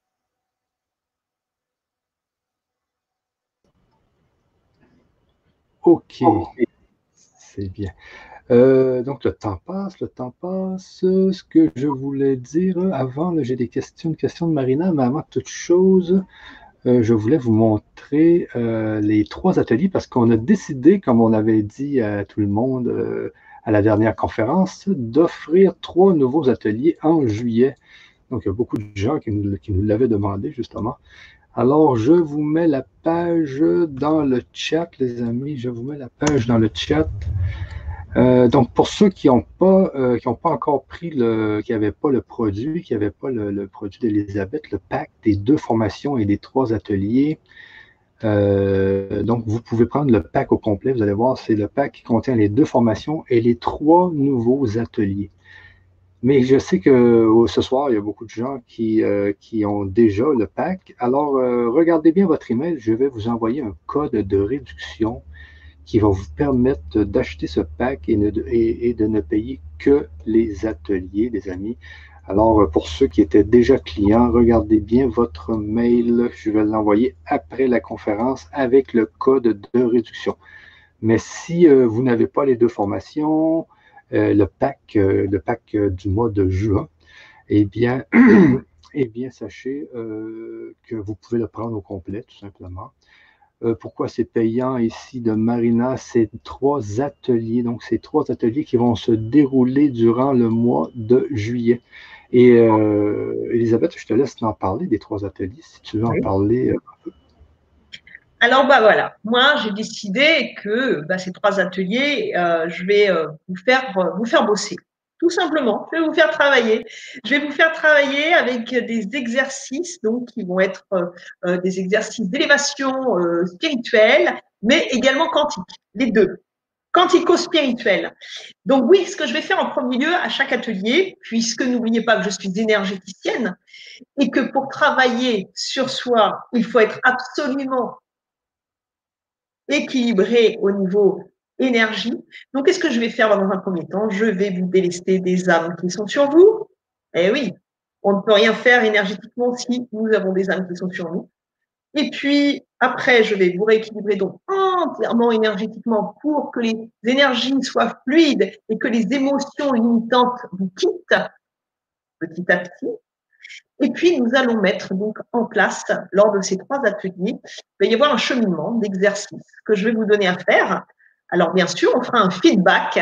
Ok, c'est bien. Donc le temps passe, le temps passe. Ce que je voulais dire avant, là, j'ai une question de Marina, mais avant toute chose, je voulais vous montrer les 3 ateliers parce qu'on a décidé, comme on avait dit à tout le monde à la dernière conférence, d'offrir 3 nouveaux ateliers en juillet. Donc, il y a beaucoup de gens qui nous l'avaient demandé, justement. Alors, je vous mets la page dans le chat, les amis. Je vous mets la page dans le chat. Donc, pour ceux qui n'ont pas encore pris qui n'avaient pas le produit, qui n'avaient pas le produit d'Elisabeth, le pack des 2 formations et des 3 ateliers, donc vous pouvez prendre le pack au complet. Vous allez voir, c'est le pack qui contient les 2 formations et les 3 nouveaux ateliers. Mais je sais que ce soir, il y a beaucoup de gens qui ont déjà le pack. Alors, regardez bien votre email. Je vais vous envoyer un code de réduction qui va vous permettre d'acheter ce pack et de ne payer que les ateliers, les amis. Alors, pour ceux qui étaient déjà clients, regardez bien votre mail. Je vais l'envoyer après la conférence avec le code de réduction. Mais si vous n'avez pas les 2 formations, le pack du mois de juin, eh bien, sachez que vous pouvez le prendre au complet, tout simplement. Pourquoi c'est payant ici de Marina? C'est 3 ateliers. Donc, c'est 3 ateliers qui vont se dérouler durant le mois de juillet. Et Elisabeth, je te laisse en parler des 3 ateliers, si tu veux en parler. Alors, voilà, moi, j'ai décidé que ces 3 ateliers, je vais vous faire bosser. Tout simplement, je vais vous faire travailler. Je vais vous faire travailler avec des exercices donc, qui vont être des exercices d'élévation spirituelle, mais également quantique, les deux, quantico-spirituel. Donc oui, ce que je vais faire en premier lieu à chaque atelier, puisque n'oubliez pas que je suis énergéticienne et que pour travailler sur soi, il faut être absolument équilibré au niveau énergie. Donc, qu'est-ce que je vais faire dans un premier temps? Je vais vous délester des âmes qui sont sur vous. Eh oui, on ne peut rien faire énergétiquement si nous avons des âmes qui sont sur nous. Et puis, après, je vais vous rééquilibrer donc entièrement énergétiquement pour que les énergies soient fluides et que les émotions limitantes vous quittent petit à petit. Et puis, nous allons mettre donc en place, lors de ces 3 ateliers, il va y avoir un cheminement d'exercices que je vais vous donner à faire. Alors, bien sûr, on fera un feedback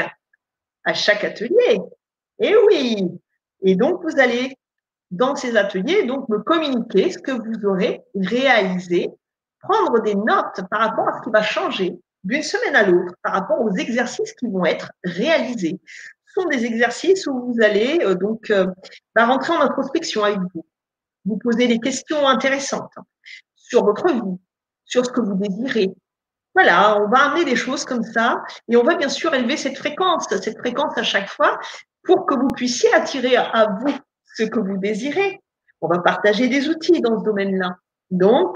à chaque atelier. Et oui. Et donc, vous allez, dans ces ateliers, donc me communiquer ce que vous aurez réalisé, prendre des notes par rapport à ce qui va changer d'une semaine à l'autre, par rapport aux exercices qui vont être réalisés. Ce sont des exercices où vous allez rentrer en introspection avec vous. Vous posez des questions intéressantes sur votre vie, sur ce que vous désirez. Voilà, on va amener des choses comme ça et on va bien sûr élever cette fréquence à chaque fois pour que vous puissiez attirer à vous ce que vous désirez. On va partager des outils dans ce domaine-là. Donc,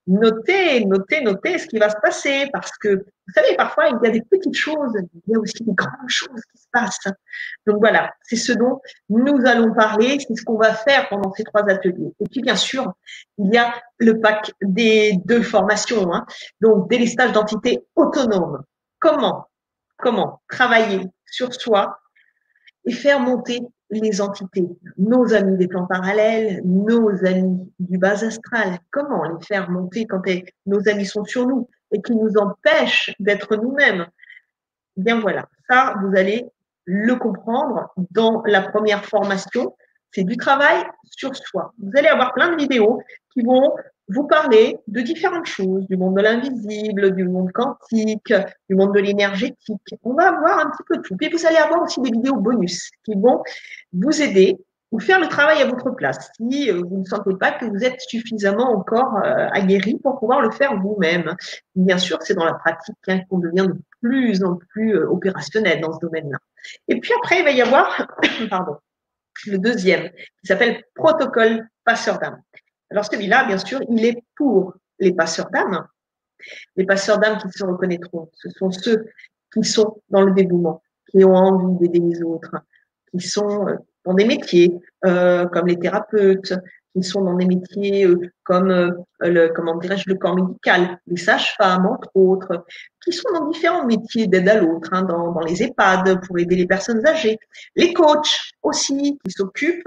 notez ce qui va se passer parce que, vous savez, parfois, il y a des petites choses, il y a aussi des grandes choses qui se passent. Donc voilà, c'est ce dont nous allons parler, c'est ce qu'on va faire pendant ces 3 ateliers. Et puis, bien sûr, il y a le pack des 2 formations, hein. Donc, délestage d'entités autonomes. Comment travailler sur soi et faire monter les entités, nos amis des plans parallèles, nos amis du bas astral. Comment les faire monter quand nos amis sont sur nous et qui nous empêchent d'être nous-mêmes? Bien voilà, ça, vous allez le comprendre dans la première formation. C'est du travail sur soi. Vous allez avoir plein de vidéos qui vont vous parler de différentes choses, du monde de l'invisible, du monde quantique, du monde de l'énergétique. On va avoir un petit peu de tout. Puis vous allez avoir aussi des vidéos bonus qui vont vous aider ou faire le travail à votre place si vous ne sentez pas que vous êtes suffisamment encore aguerri pour pouvoir le faire vous-même. Bien sûr, c'est dans la pratique qu'on devient de plus en plus opérationnel dans ce domaine-là. Et puis après, il va y avoir pardon, le deuxième, qui s'appelle protocole passeur d'âme. Alors celui-là, bien sûr, il est pour les passeurs d'âme. Les passeurs d'âme qui se reconnaîtront, ce sont ceux qui sont dans le dévouement, qui ont envie d'aider les autres, qui sont dans des métiers comme les thérapeutes, qui sont dans des métiers comme comment dirais-je, le corps médical, les sages-femmes, entre autres, qui sont dans différents métiers d'aide à l'autre, hein, dans les EHPAD pour aider les personnes âgées, les coachs aussi, qui s'occupent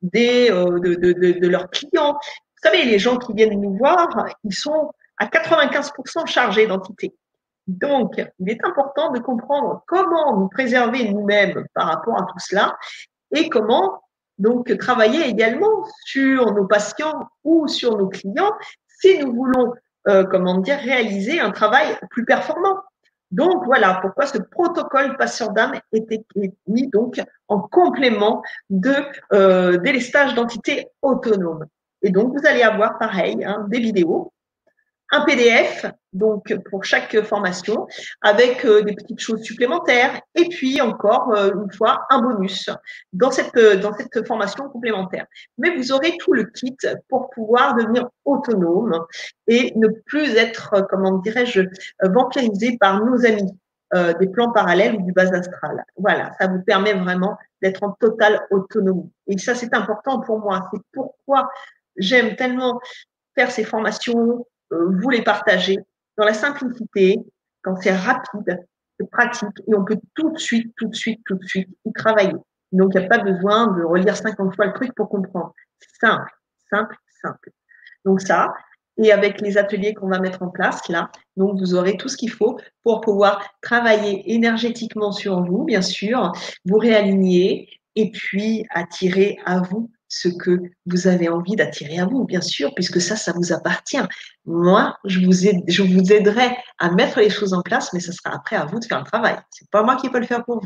de leurs clients. Vous savez, les gens qui viennent nous voir, ils sont à 95% chargés d'entités. Donc, il est important de comprendre comment nous préserver nous-mêmes par rapport à tout cela et comment donc travailler également sur nos patients ou sur nos clients si nous voulons, comment dire, réaliser un travail plus performant. Donc voilà pourquoi ce protocole passeur d'âme est mis donc en complément de délestage d'entités autonomes. Et donc vous allez avoir pareil des vidéos, un PDF donc pour chaque formation avec des petites choses supplémentaires et puis encore une fois un bonus dans cette formation complémentaire. Mais vous aurez tout le kit pour pouvoir devenir autonome et ne plus être, comment dirais-je, vampirisé par nos amis des plans parallèles ou du bas astral. Voilà, ça vous permet vraiment d'être en totale autonomie. Et ça, c'est important pour moi. C'est pourquoi j'aime tellement faire ces formations, vous les partagez dans la simplicité, quand c'est rapide, c'est pratique et on peut tout de suite y travailler. Donc, il n'y a pas besoin de relire 50 fois le truc pour comprendre. C'est simple, simple, simple. Donc ça, et avec les ateliers qu'on va mettre en place là, donc vous aurez tout ce qu'il faut pour pouvoir travailler énergétiquement sur vous, bien sûr, vous réaligner et puis attirer à vous ce que vous avez envie d'attirer à vous, bien sûr, puisque ça vous appartient. Moi, je vous aiderai à mettre les choses en place, mais ce sera après à vous de faire le travail. C'est pas moi qui peux le faire pour vous.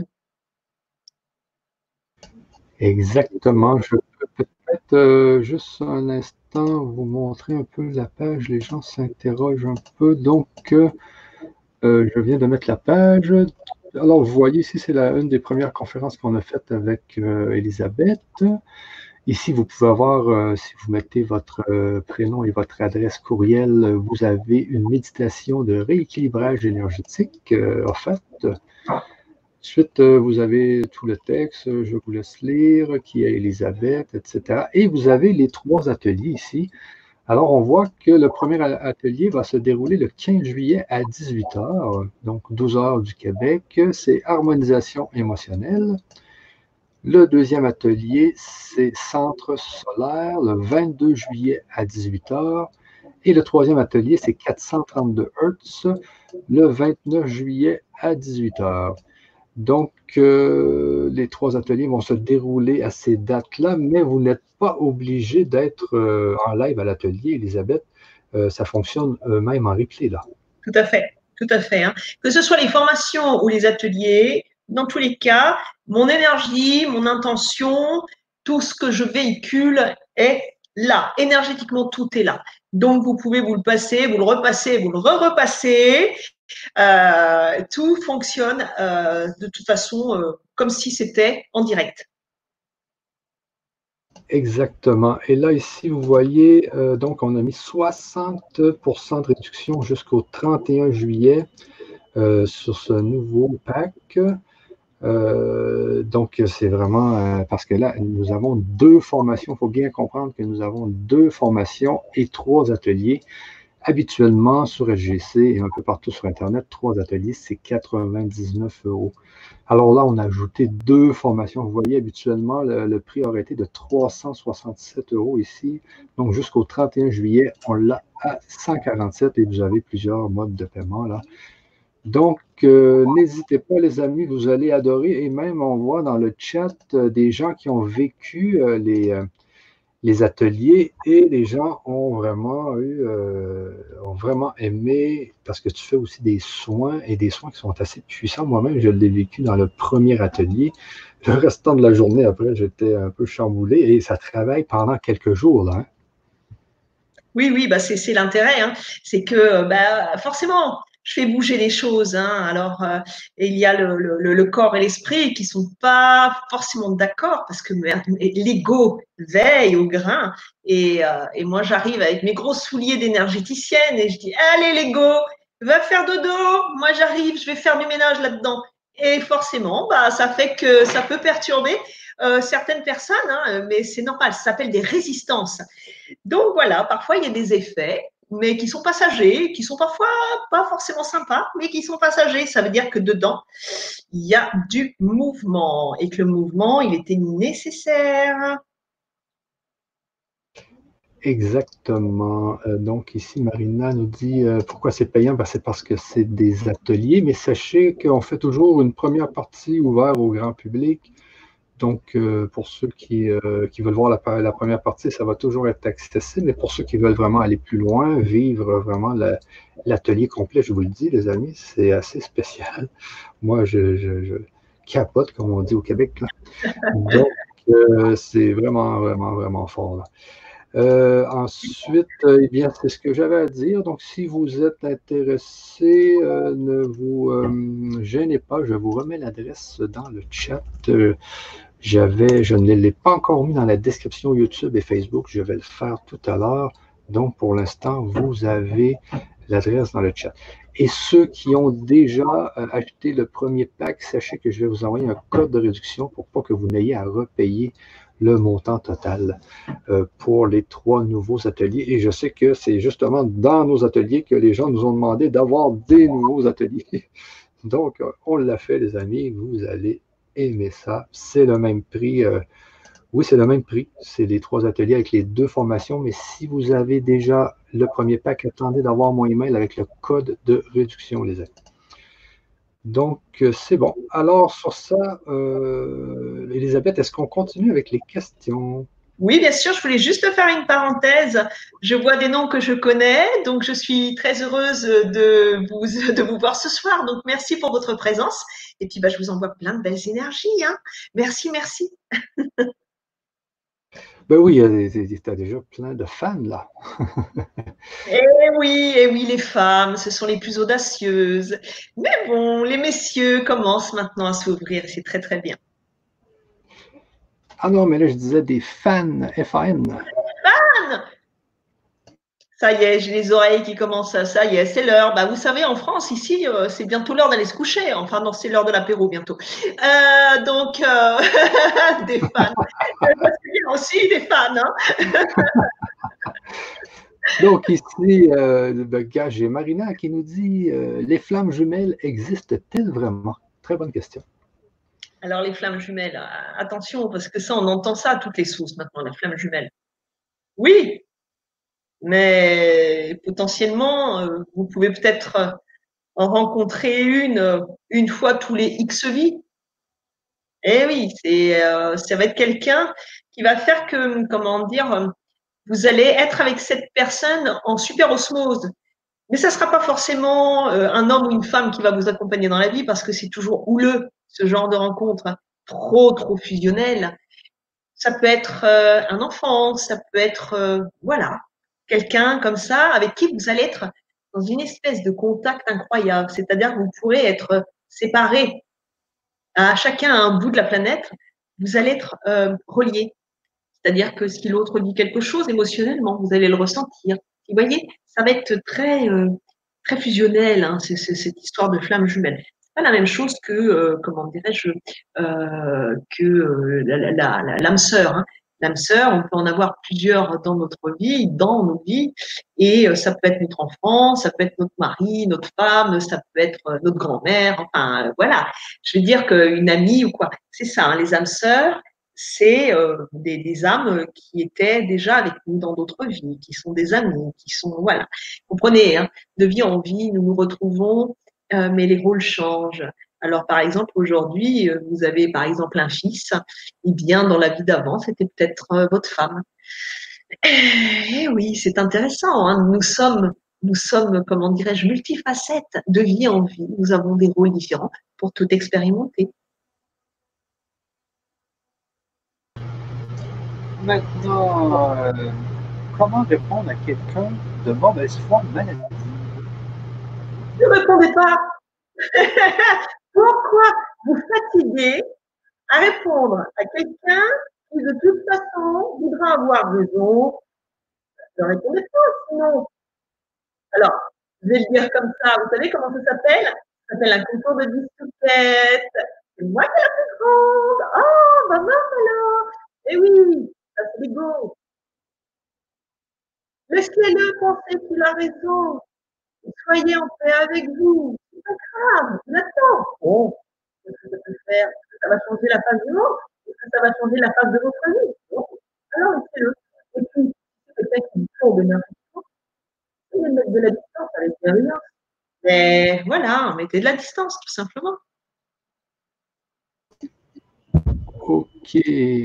Exactement. Je peux peut-être juste un instant vous montrer un peu la page. Les gens s'interrogent un peu. Donc, je viens de mettre la page. Alors, vous voyez ici, c'est une des premières conférences qu'on a faites avec Elisabeth. Ici, vous pouvez avoir, si vous mettez votre prénom et votre adresse courriel, vous avez une méditation de rééquilibrage énergétique offerte. Ensuite, vous avez tout le texte, je vous laisse lire, qui est Elisabeth, etc. Et vous avez les 3 ateliers ici. Alors, on voit que le premier atelier va se dérouler le 15 juillet à 18 h, donc 12 h du Québec. C'est harmonisation émotionnelle. Le deuxième atelier, c'est centre solaire, le 22 juillet à 18 h. Et le troisième atelier, c'est 432 Hz, le 29 juillet à 18 h. Donc, les 3 ateliers vont se dérouler à ces dates-là, mais vous n'êtes pas obligé d'être en live à l'atelier, Elisabeth. Ça fonctionne même en replay, là. Tout à fait, tout à fait. Hein. Que ce soit les formations ou les ateliers, dans tous les cas, mon énergie, mon intention, tout ce que je véhicule est là. Énergétiquement, tout est là. Donc, vous pouvez vous le passer, vous le repasser, vous le repasser. Tout fonctionne de toute façon comme si c'était en direct. Exactement. Et là, ici, vous voyez, donc, on a mis 60% de réduction jusqu'au 31 juillet sur ce nouveau pack. Donc, c'est vraiment parce que là, nous avons 2 formations. Il faut bien comprendre que nous avons 2 formations et 3 ateliers. Habituellement, sur SGC et un peu partout sur Internet, 3 ateliers, c'est 99 €. Alors là, on a ajouté 2 formations. Vous voyez, habituellement, le prix aurait été de 367 € ici. Donc, jusqu'au 31 juillet, on l'a à 147 et vous avez plusieurs modes de paiement là. Donc, n'hésitez pas, les amis, vous allez adorer. Et même, on voit dans le chat des gens qui ont vécu les ateliers et les gens ont vraiment aimé parce que tu fais aussi des soins et des soins qui sont assez puissants. Moi-même, je l'ai vécu dans le premier atelier. Le restant de la journée, après, j'étais un peu chamboulé et ça travaille pendant quelques jours, là, hein. Oui, oui, bah c'est l'intérêt, hein. C'est que bah, forcément, je fais bouger les choses, hein. Alors, il y a le corps et l'esprit qui sont pas forcément d'accord parce que l'ego veille au grain. Et moi, j'arrive avec mes gros souliers d'énergéticienne et je dis, allez, l'ego, va faire dodo. Moi, j'arrive, je vais faire du ménage là-dedans. Et forcément, bah, ça fait que ça peut perturber certaines personnes, hein, mais c'est normal. Ça s'appelle des résistances. Donc voilà, parfois il y a des effets, mais qui sont passagers, qui sont parfois pas forcément sympas, mais qui sont passagers. Ça veut dire que dedans, il y a du mouvement et que le mouvement, il était nécessaire. Exactement. Donc ici, Marina nous dit pourquoi c'est payant? Ben, c'est parce que c'est des ateliers, mais sachez qu'on fait toujours une première partie ouverte au grand public. Donc, pour ceux qui veulent voir la première partie, ça va toujours être accessible. Mais pour ceux qui veulent vraiment aller plus loin, vivre vraiment l'atelier complet, je vous le dis, les amis, c'est assez spécial. Moi, je capote, comme on dit au Québec, là. Donc, c'est vraiment, vraiment, vraiment fort, là. Ensuite, eh bien, c'est ce que j'avais à dire. Donc, si vous êtes intéressé, ne vous gênez pas. Je vous remets l'adresse dans le chat. Je ne l'ai pas encore mis dans la description YouTube et Facebook. Je vais le faire tout à l'heure. Donc, pour l'instant, vous avez l'adresse dans le chat. Et ceux qui ont déjà acheté le premier pack, sachez que je vais vous envoyer un code de réduction pour pas que vous n'ayez à repayer le montant total pour les 3 nouveaux ateliers. Et je sais que c'est justement dans nos ateliers que les gens nous ont demandé d'avoir des nouveaux ateliers. Donc, on l'a fait, les amis. Vous allez aimer ça. C'est le même prix. Oui, c'est le même prix. C'est les 3 ateliers avec les 2 formations. Mais si vous avez déjà le premier pack, attendez d'avoir mon email avec le code de réduction, les amis. Donc, c'est bon. Alors, sur ça, Elisabeth, est-ce qu'on continue avec les questions? Oui, bien sûr, je voulais juste faire une parenthèse. Je vois des noms que je connais, donc je suis très heureuse de vous voir ce soir. Donc, merci pour votre présence. Et puis, bah, je vous envoie plein de belles énergies, hein. Merci, merci. Ben oui, tu as déjà plein de fans, là. Eh oui, les femmes, ce sont les plus audacieuses. Mais bon, les messieurs commencent maintenant à s'ouvrir. C'est très, très bien. Ah non, mais là, je disais des fans, F-A-N. Anne, ça y est, j'ai les oreilles qui commencent à, ça y est, c'est l'heure. Bah, vous savez, en France, ici, c'est bientôt l'heure d'aller se coucher. Enfin, non, c'est l'heure de l'apéro bientôt. Donc, des fans. C'est bien aussi des fans, hein. Donc ici, j'ai Marina qui nous dit les flammes jumelles existent-elles vraiment? Très bonne question. Alors, les flammes jumelles, attention, parce que ça, on entend ça à toutes les sources maintenant, les flammes jumelles. Oui, mais potentiellement, vous pouvez peut-être en rencontrer une fois tous les X vies. Eh oui, ça va être quelqu'un qui va faire que, comment dire, vous allez être avec cette personne en super osmose. Mais ça ne sera pas forcément un homme ou une femme qui va vous accompagner dans la vie parce que c'est toujours houleux, ce genre de rencontre, hein, trop fusionnelle. Ça peut être un enfant, ça peut être, voilà, quelqu'un comme ça avec qui vous allez être dans une espèce de contact incroyable. C'est-à-dire que vous pourrez être séparés à chacun à un bout de la planète, vous allez être reliés. C'est-à-dire que si l'autre dit quelque chose émotionnellement, vous allez le ressentir. Vous voyez, ça va être très fusionnel, hein, cette histoire de flamme jumelle. C'est pas la même chose que, comment dirais-je, l'âme sœur, hein. L'âme sœur, on peut en avoir plusieurs dans notre vie, dans nos vies, et ça peut être notre enfant, ça peut être notre mari, notre femme, ça peut être notre grand-mère, enfin voilà. Je veux dire qu'une amie ou quoi, c'est ça, hein, les âmes sœurs, c'est des âmes qui étaient déjà avec nous dans d'autres vies, qui sont des amis, qui sont, voilà. Vous comprenez, hein, de vie en vie, nous nous retrouvons, mais les rôles changent. Alors, par exemple, aujourd'hui, vous avez par exemple un fils, et bien dans la vie d'avant, c'était peut-être votre femme. Eh oui, c'est intéressant, hein. Nous sommes, comment dirais-je, multifacettes de vie en vie. Nous avons des rôles différents pour tout expérimenter. Maintenant, comment répondre à quelqu'un de mauvaise foi maladie? Ne répondez pas. Pourquoi vous fatiguez à répondre à quelqu'un qui, de toute façon, voudra avoir raison? Ne répondez pas, sinon. Alors, je vais le dire comme ça. Vous savez comment ça s'appelle? Ça s'appelle un concours de disquette. C'est moi qui ai la plus grande. Oh, bah mince alors. Eh oui, ça c'est l'ego. Laissez-le penser qu'il a raison. Soyez en paix avec vous. C'est pas grave. Maintenant. Bon, qu'est-ce que ça peut faire? Est-ce que ça va changer la face du monde? Est-ce que ça va changer la face de votre vie? Bon. Alors, laissez-le. Et puis, si c'est quelqu'un qui tourne de n'importe quoi, vous allez mettre de la distance avec bienveillance. Mais voilà, mettez de la distance, tout simplement. Ok.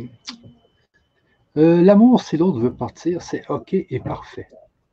L'amour, si l'autre veut partir, c'est ok et parfait.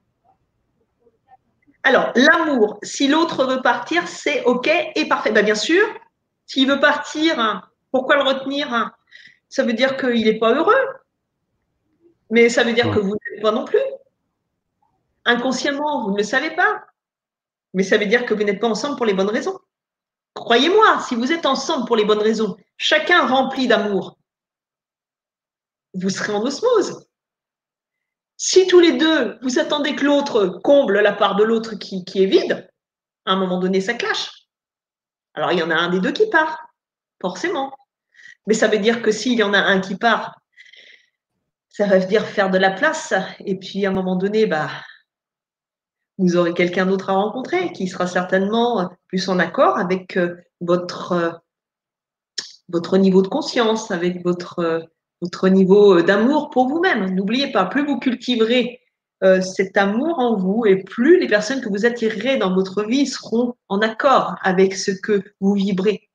Alors, l'amour, si l'autre veut partir, c'est ok et parfait. Ben, bien sûr, s'il veut partir, hein, pourquoi le retenir, hein? Ça veut dire qu'il n'est pas heureux, mais ça veut dire que vous n'êtes pas non plus. Inconsciemment, vous ne le savez pas, mais ça veut dire que vous n'êtes pas ensemble pour les bonnes raisons. Croyez-moi, si vous êtes ensemble pour les bonnes raisons, chacun rempli d'amour, vous serez en osmose. Si tous les deux, vous attendez que l'autre comble la part de l'autre qui est vide, à un moment donné, ça clash. Alors, il y en a un des deux qui part, forcément. Mais ça veut dire que s'il y en a un qui part, ça veut dire faire de la place. Et puis, à un moment donné, bah, vous aurez quelqu'un d'autre à rencontrer qui sera certainement plus en accord avec votre niveau de conscience, avec votre niveau d'amour pour vous-même. N'oubliez pas, plus vous cultiverez cet amour en vous et plus les personnes que vous attirerez dans votre vie seront en accord avec ce que vous vibrez.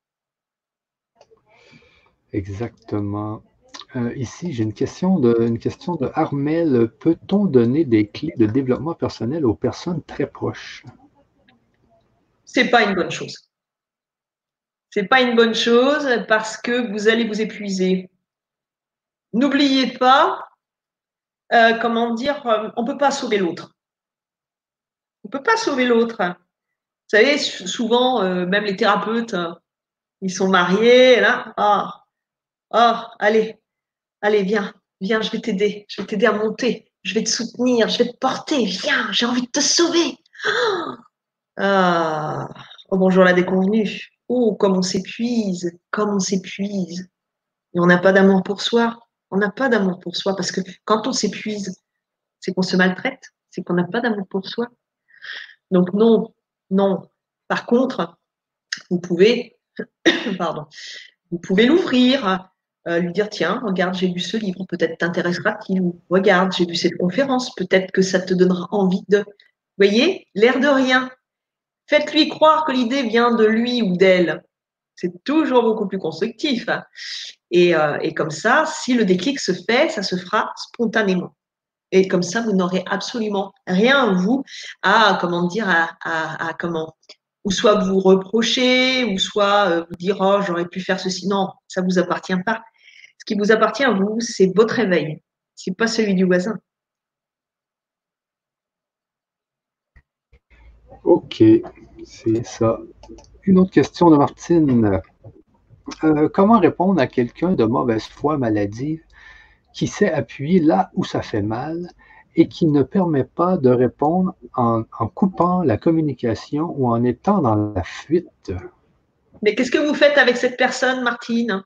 Exactement. Ici, j'ai une question de Armel. Peut-on donner des clés de développement personnel aux personnes très proches? C'est pas une bonne chose. C'est pas une bonne chose parce que vous allez vous épuiser. N'oubliez pas, comment dire, on peut pas sauver l'autre. On peut pas sauver l'autre. Vous savez, souvent, même les thérapeutes, ils sont mariés, là. Allez, allez, viens, je vais t'aider à monter, je vais te soutenir, je vais te porter, viens, j'ai envie de te sauver. Ah, oh, bonjour la déconvenue. Oh, comme on s'épuise, comme on s'épuise. Et on n'a pas d'amour pour soi. On n'a pas d'amour pour soi parce que quand on s'épuise, c'est qu'on se maltraite, c'est qu'on n'a pas d'amour pour soi. Donc non, non. Par contre, vous pouvez, pardon, vous pouvez l'ouvrir, lui dire tiens, regarde, j'ai lu ce livre, peut-être t'intéressera-t-il, ou regarde, j'ai vu cette conférence, peut-être que ça te donnera envie de. Vous voyez, l'air de rien. Faites-lui croire que l'idée vient de lui ou d'elle. C'est toujours beaucoup plus constructif. Et comme ça, si le déclic se fait, ça se fera spontanément. Et comme ça, vous n'aurez absolument rien, vous, à, comment dire, à comment, ou soit vous reprocher, ou soit vous dire, oh, j'aurais pu faire ceci. Non, ça ne vous appartient pas. Ce qui vous appartient à vous, c'est votre réveil. C'est pas celui du voisin. Ok, c'est ça. Une autre question de Martine. Comment répondre à quelqu'un de mauvaise foi maladive qui sait appuyer là où ça fait mal et qui ne permet pas de répondre en coupant la communication ou en étant dans la fuite? Mais qu'est-ce que vous faites avec cette personne, Martine?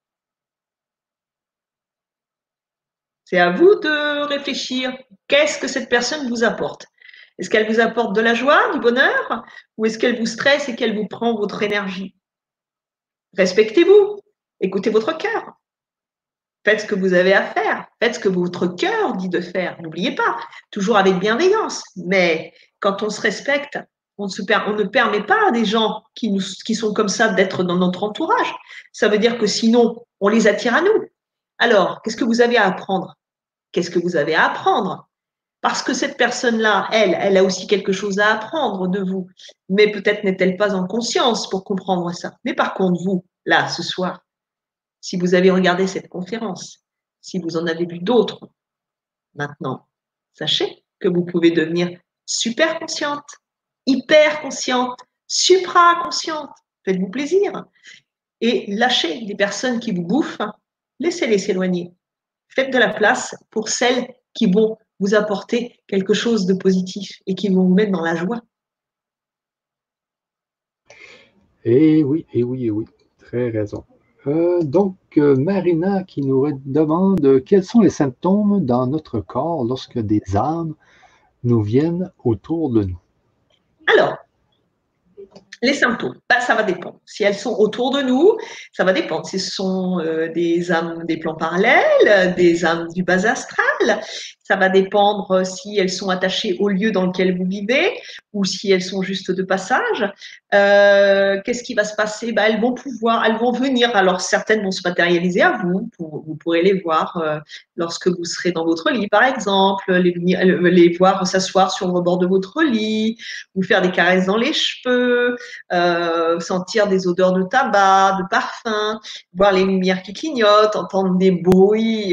C'est à vous de réfléchir. Qu'est-ce que cette personne vous apporte? Est-ce qu'elle vous apporte de la joie, du bonheur, ou est-ce qu'elle vous stresse et qu'elle vous prend votre énergie? Respectez-vous, écoutez votre cœur, faites ce que vous avez à faire, faites ce que votre cœur dit de faire. N'oubliez pas, toujours avec bienveillance. Mais quand on se respecte, on ne permet pas à des gens qui sont comme ça d'être dans notre entourage. Ça veut dire que sinon, on les attire à nous. Alors, qu'est-ce que vous avez à apprendre? qu'est-ce que vous avez à apprendre? Parce que cette personne-là, elle a aussi quelque chose à apprendre de vous, mais peut-être n'est-elle pas en conscience pour comprendre ça. Mais par contre, vous, là, ce soir, si vous avez regardé cette conférence, si vous en avez vu d'autres, maintenant, sachez que vous pouvez devenir super consciente, hyper consciente, supra-consciente. Faites-vous plaisir et lâchez les personnes qui vous bouffent, laissez-les s'éloigner. Faites de la place pour celles qui vont vous apporter quelque chose de positif et qui vont vous mettre dans la joie. Et oui, et oui, et oui, très raison. Marina qui nous demande quels sont les symptômes dans notre corps lorsque des âmes nous viennent autour de nous. Alors, les symptômes, ça va dépendre. Si elles sont autour de nous, ça va dépendre. Si ce sont des âmes des plans parallèles, des âmes du bas astral, ça va dépendre si elles sont attachées au lieu dans lequel vous vivez ou si elles sont juste de passage. Qu'est-ce qui va se passer? Elles vont venir. Alors certaines vont se matérialiser à vous. Vous pourrez les voir lorsque vous serez dans votre lit, par exemple, les voir s'asseoir sur le bord de votre lit, vous faire des caresses dans les cheveux. Sentir des odeurs de tabac, de parfum, voir les lumières qui clignotent, entendre des bruits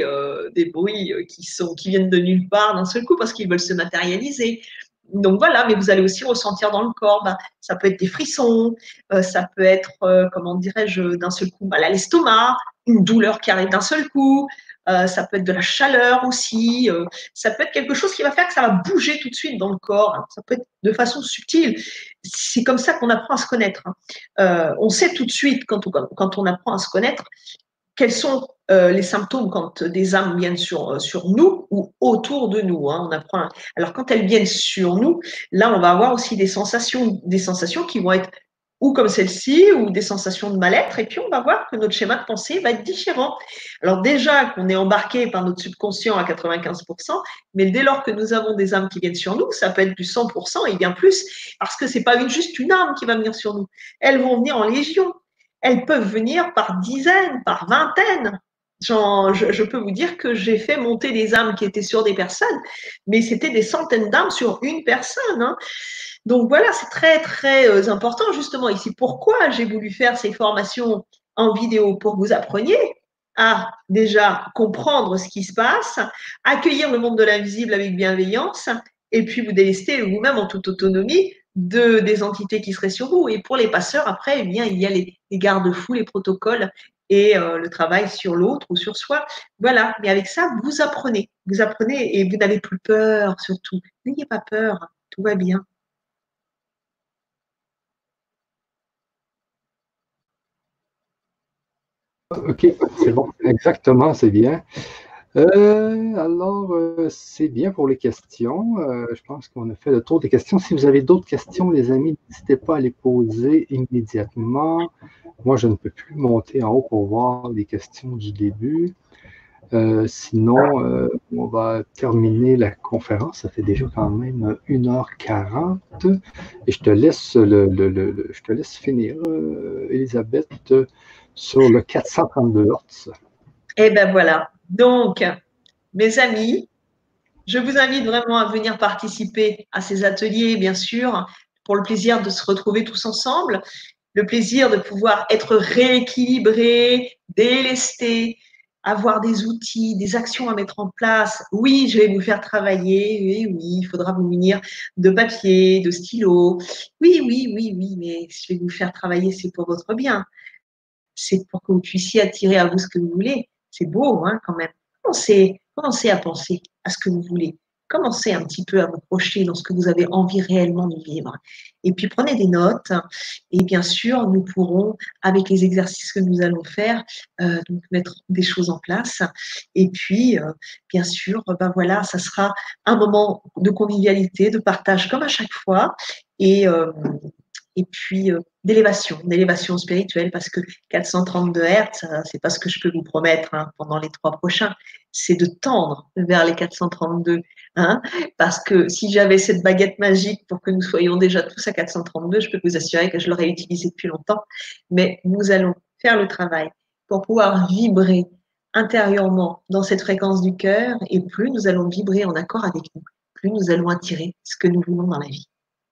qui viennent de nulle part d'un seul coup parce qu'ils veulent se matérialiser. Donc voilà, mais vous allez aussi ressentir dans le corps, ça peut être des frissons, ça peut être, comment dirais-je, d'un seul coup mal à l'estomac, une douleur qui arrive d'un seul coup, ça peut être de la chaleur aussi, ça peut être quelque chose qui va faire que ça va bouger tout de suite dans le corps, hein. Ça peut être de façon subtile. C'est comme ça qu'on apprend à se connaître, hein. On sait tout de suite quand on apprend à se connaître quels sont les symptômes quand des âmes viennent sur nous ou autour de nous, hein. Alors quand elles viennent sur nous, là on va avoir aussi des sensations qui vont être ou comme celle-ci, ou des sensations de mal-être, et puis on va voir que notre schéma de pensée va être différent. Alors déjà qu'on est embarqué par notre subconscient à 95%, mais dès lors que nous avons des âmes qui viennent sur nous, ça peut être du 100% et bien plus, parce que c'est pas juste une âme qui va venir sur nous. Elles vont venir en légion. Elles peuvent venir par dizaines, par vingtaines. Je peux vous dire que j'ai fait monter des âmes qui étaient sur des personnes, mais c'était des centaines d'âmes sur une personne, hein. Donc voilà, c'est très très important justement ici. Pourquoi j'ai voulu faire ces formations en vidéo? Pour que vous appreniez à déjà comprendre ce qui se passe, accueillir le monde de l'invisible avec bienveillance, et puis vous délester vous-même en toute autonomie des entités qui seraient sur vous. Et pour les passeurs, après, eh bien, il y a les garde-fous, les protocoles et le travail sur l'autre ou sur soi. Voilà, mais avec ça, vous apprenez et vous n'avez plus peur surtout. N'ayez pas peur, tout va bien. Ok, c'est bon, exactement, c'est bien. C'est bien pour les questions. Je pense qu'on a fait le tour des questions. Si vous avez d'autres questions, les amis, n'hésitez pas à les poser immédiatement. Moi, je ne peux plus monter en haut pour voir les questions du début. Sinon, on va terminer la conférence. Ça fait déjà quand même 1h40. Et je te laisse, je te laisse finir, Elisabeth, sur le 432 Hertz. Et ben voilà. Donc, mes amis, je vous invite vraiment à venir participer à ces ateliers, bien sûr, pour le plaisir de se retrouver tous ensemble, le plaisir de pouvoir être rééquilibré, délesté, avoir des outils, des actions à mettre en place. Oui, je vais vous faire travailler. Oui, oui, il faudra vous munir de papier, de stylo. Oui, oui, oui, oui, mais je vais vous faire travailler, c'est pour votre bien. C'est pour que vous puissiez attirer à vous ce que vous voulez. C'est beau, hein, quand même. Commencez à penser à ce que vous voulez. Commencez un petit peu à vous projeter dans ce que vous avez envie réellement de vivre. Et puis prenez des notes. Et bien sûr, nous pourrons, avec les exercices que nous allons faire, donc mettre des choses en place. Et puis, bien sûr, voilà, ça sera un moment de convivialité, de partage comme à chaque fois. Et puis d'élévation spirituelle, parce que 432 Hertz, c'est pas ce que je peux vous promettre, hein, pendant les 3 prochains, c'est de tendre vers les 432, hein, parce que si j'avais cette baguette magique pour que nous soyons déjà tous à 432, je peux vous assurer que je l'aurais utilisée depuis longtemps, mais nous allons faire le travail pour pouvoir vibrer intérieurement dans cette fréquence du cœur, et plus nous allons vibrer en accord avec nous, plus nous allons attirer ce que nous voulons dans la vie.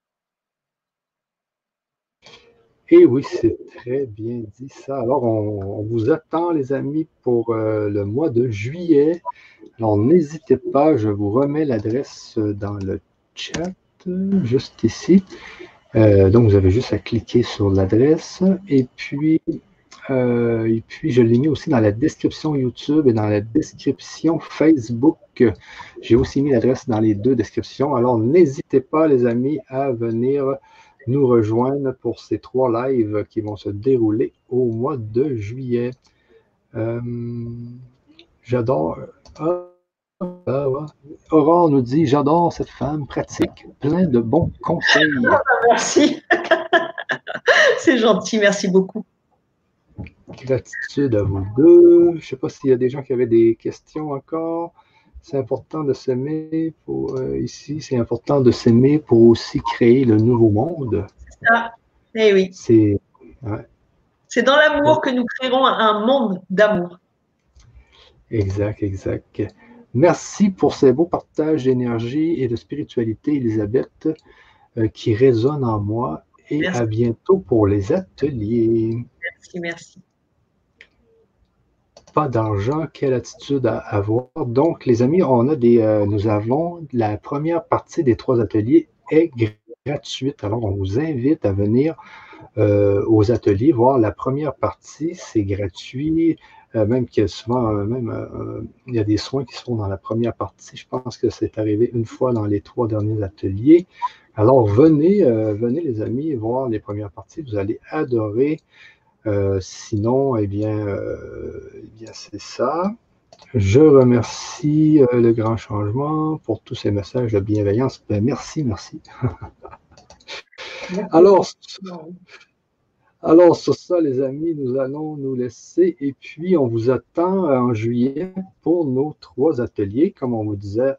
Et oui, c'est très bien dit ça. Alors, on vous attend, les amis, pour le mois de juillet. Alors, n'hésitez pas, je vous remets l'adresse dans le chat, juste ici. Donc, vous avez juste à cliquer sur l'adresse. Et puis, je l'ai mis aussi dans la description YouTube et dans la description Facebook. J'ai aussi mis l'adresse dans les deux descriptions. Alors, n'hésitez pas, les amis, à venir nous rejoindre pour ces 3 lives qui vont se dérouler au mois de juillet. J'adore. Aurore nous dit, j'adore cette femme pratique, plein de bons conseils. Merci. C'est gentil, merci beaucoup. Gratitude à vous deux. Je ne sais pas s'il y a des gens qui avaient des questions encore. C'est important de s'aimer ici, c'est important de s'aimer pour aussi créer le nouveau monde. Ah, eh oui. C'est dans l'amour que nous créerons un monde d'amour. Exact, exact. Merci pour ces beaux partages d'énergie et de spiritualité, Elisabeth, qui résonnent en moi. Et merci. À bientôt pour les ateliers. Merci, merci. Pas d'argent, quelle attitude à avoir. Donc, les amis, nous avons la première partie des 3 ateliers est gratuite. Alors, on vous invite à venir aux ateliers, voir la première partie, c'est gratuit. Même qu'il y a souvent, il y a des soins qui sont dans la première partie. Je pense que c'est arrivé une fois dans les 3 derniers ateliers. Alors, venez, les amis, voir les premières parties. Vous allez adorer. Sinon, eh bien c'est ça. Je remercie le Grand Changement pour tous ces messages de bienveillance. Ben, merci. Alors, sur ça, les amis, nous allons nous laisser et puis on vous attend en juillet pour nos 3 ateliers, comme je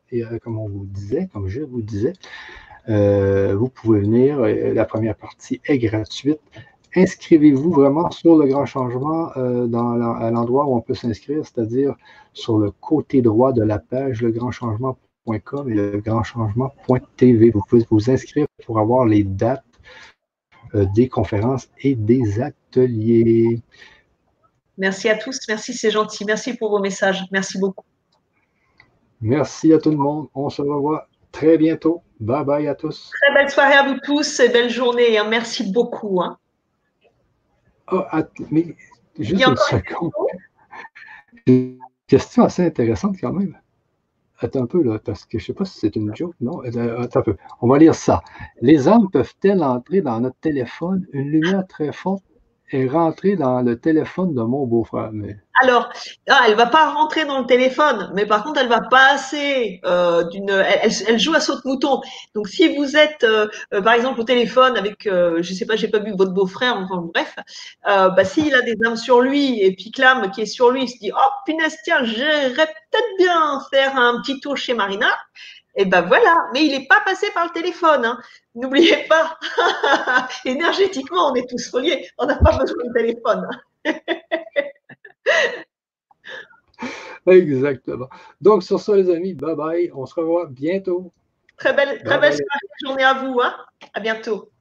vous disais. Vous pouvez venir, la première partie est gratuite. Inscrivez-vous vraiment sur le Grand Changement à l'endroit où on peut s'inscrire, c'est-à-dire sur le côté droit de la page legrandchangement.com et legrandchangement.tv. Vous pouvez vous inscrire pour avoir les dates des conférences et des ateliers. Merci à tous, merci, c'est gentil. Merci pour vos messages, merci beaucoup. Merci à tout le monde. On se revoit très bientôt. Bye bye à tous. Très belle soirée à vous tous et belle journée. Merci beaucoup. Oh, mais juste une seconde. Une question assez intéressante quand même. Attends un peu là, parce que je ne sais pas si c'est une joke, non? Attends un peu. On va lire ça. Les âmes peuvent-elles entrer dans notre téléphone? Une lumière très forte est rentrée dans le téléphone de mon beau-frère. Mais... Alors, elle ne va pas rentrer dans le téléphone, mais par contre, elle va passer elle joue à saute-mouton. Donc, si vous êtes, par exemple, au téléphone avec, je ne sais pas, j'ai pas vu votre beau-frère, enfin bref, s'il a des âmes sur lui et puis Clam qui est sur lui, il se dit, oh punaise, tiens, j'irais peut-être bien faire un petit tour chez Marina. Et ben voilà, mais il n'est pas passé par le téléphone. Hein. N'oubliez pas, énergétiquement, on est tous reliés. On n'a pas besoin de téléphone. Exactement. Donc, sur ça, les amis, bye bye. On se revoit bientôt. Très belle journée à vous. Hein. À bientôt.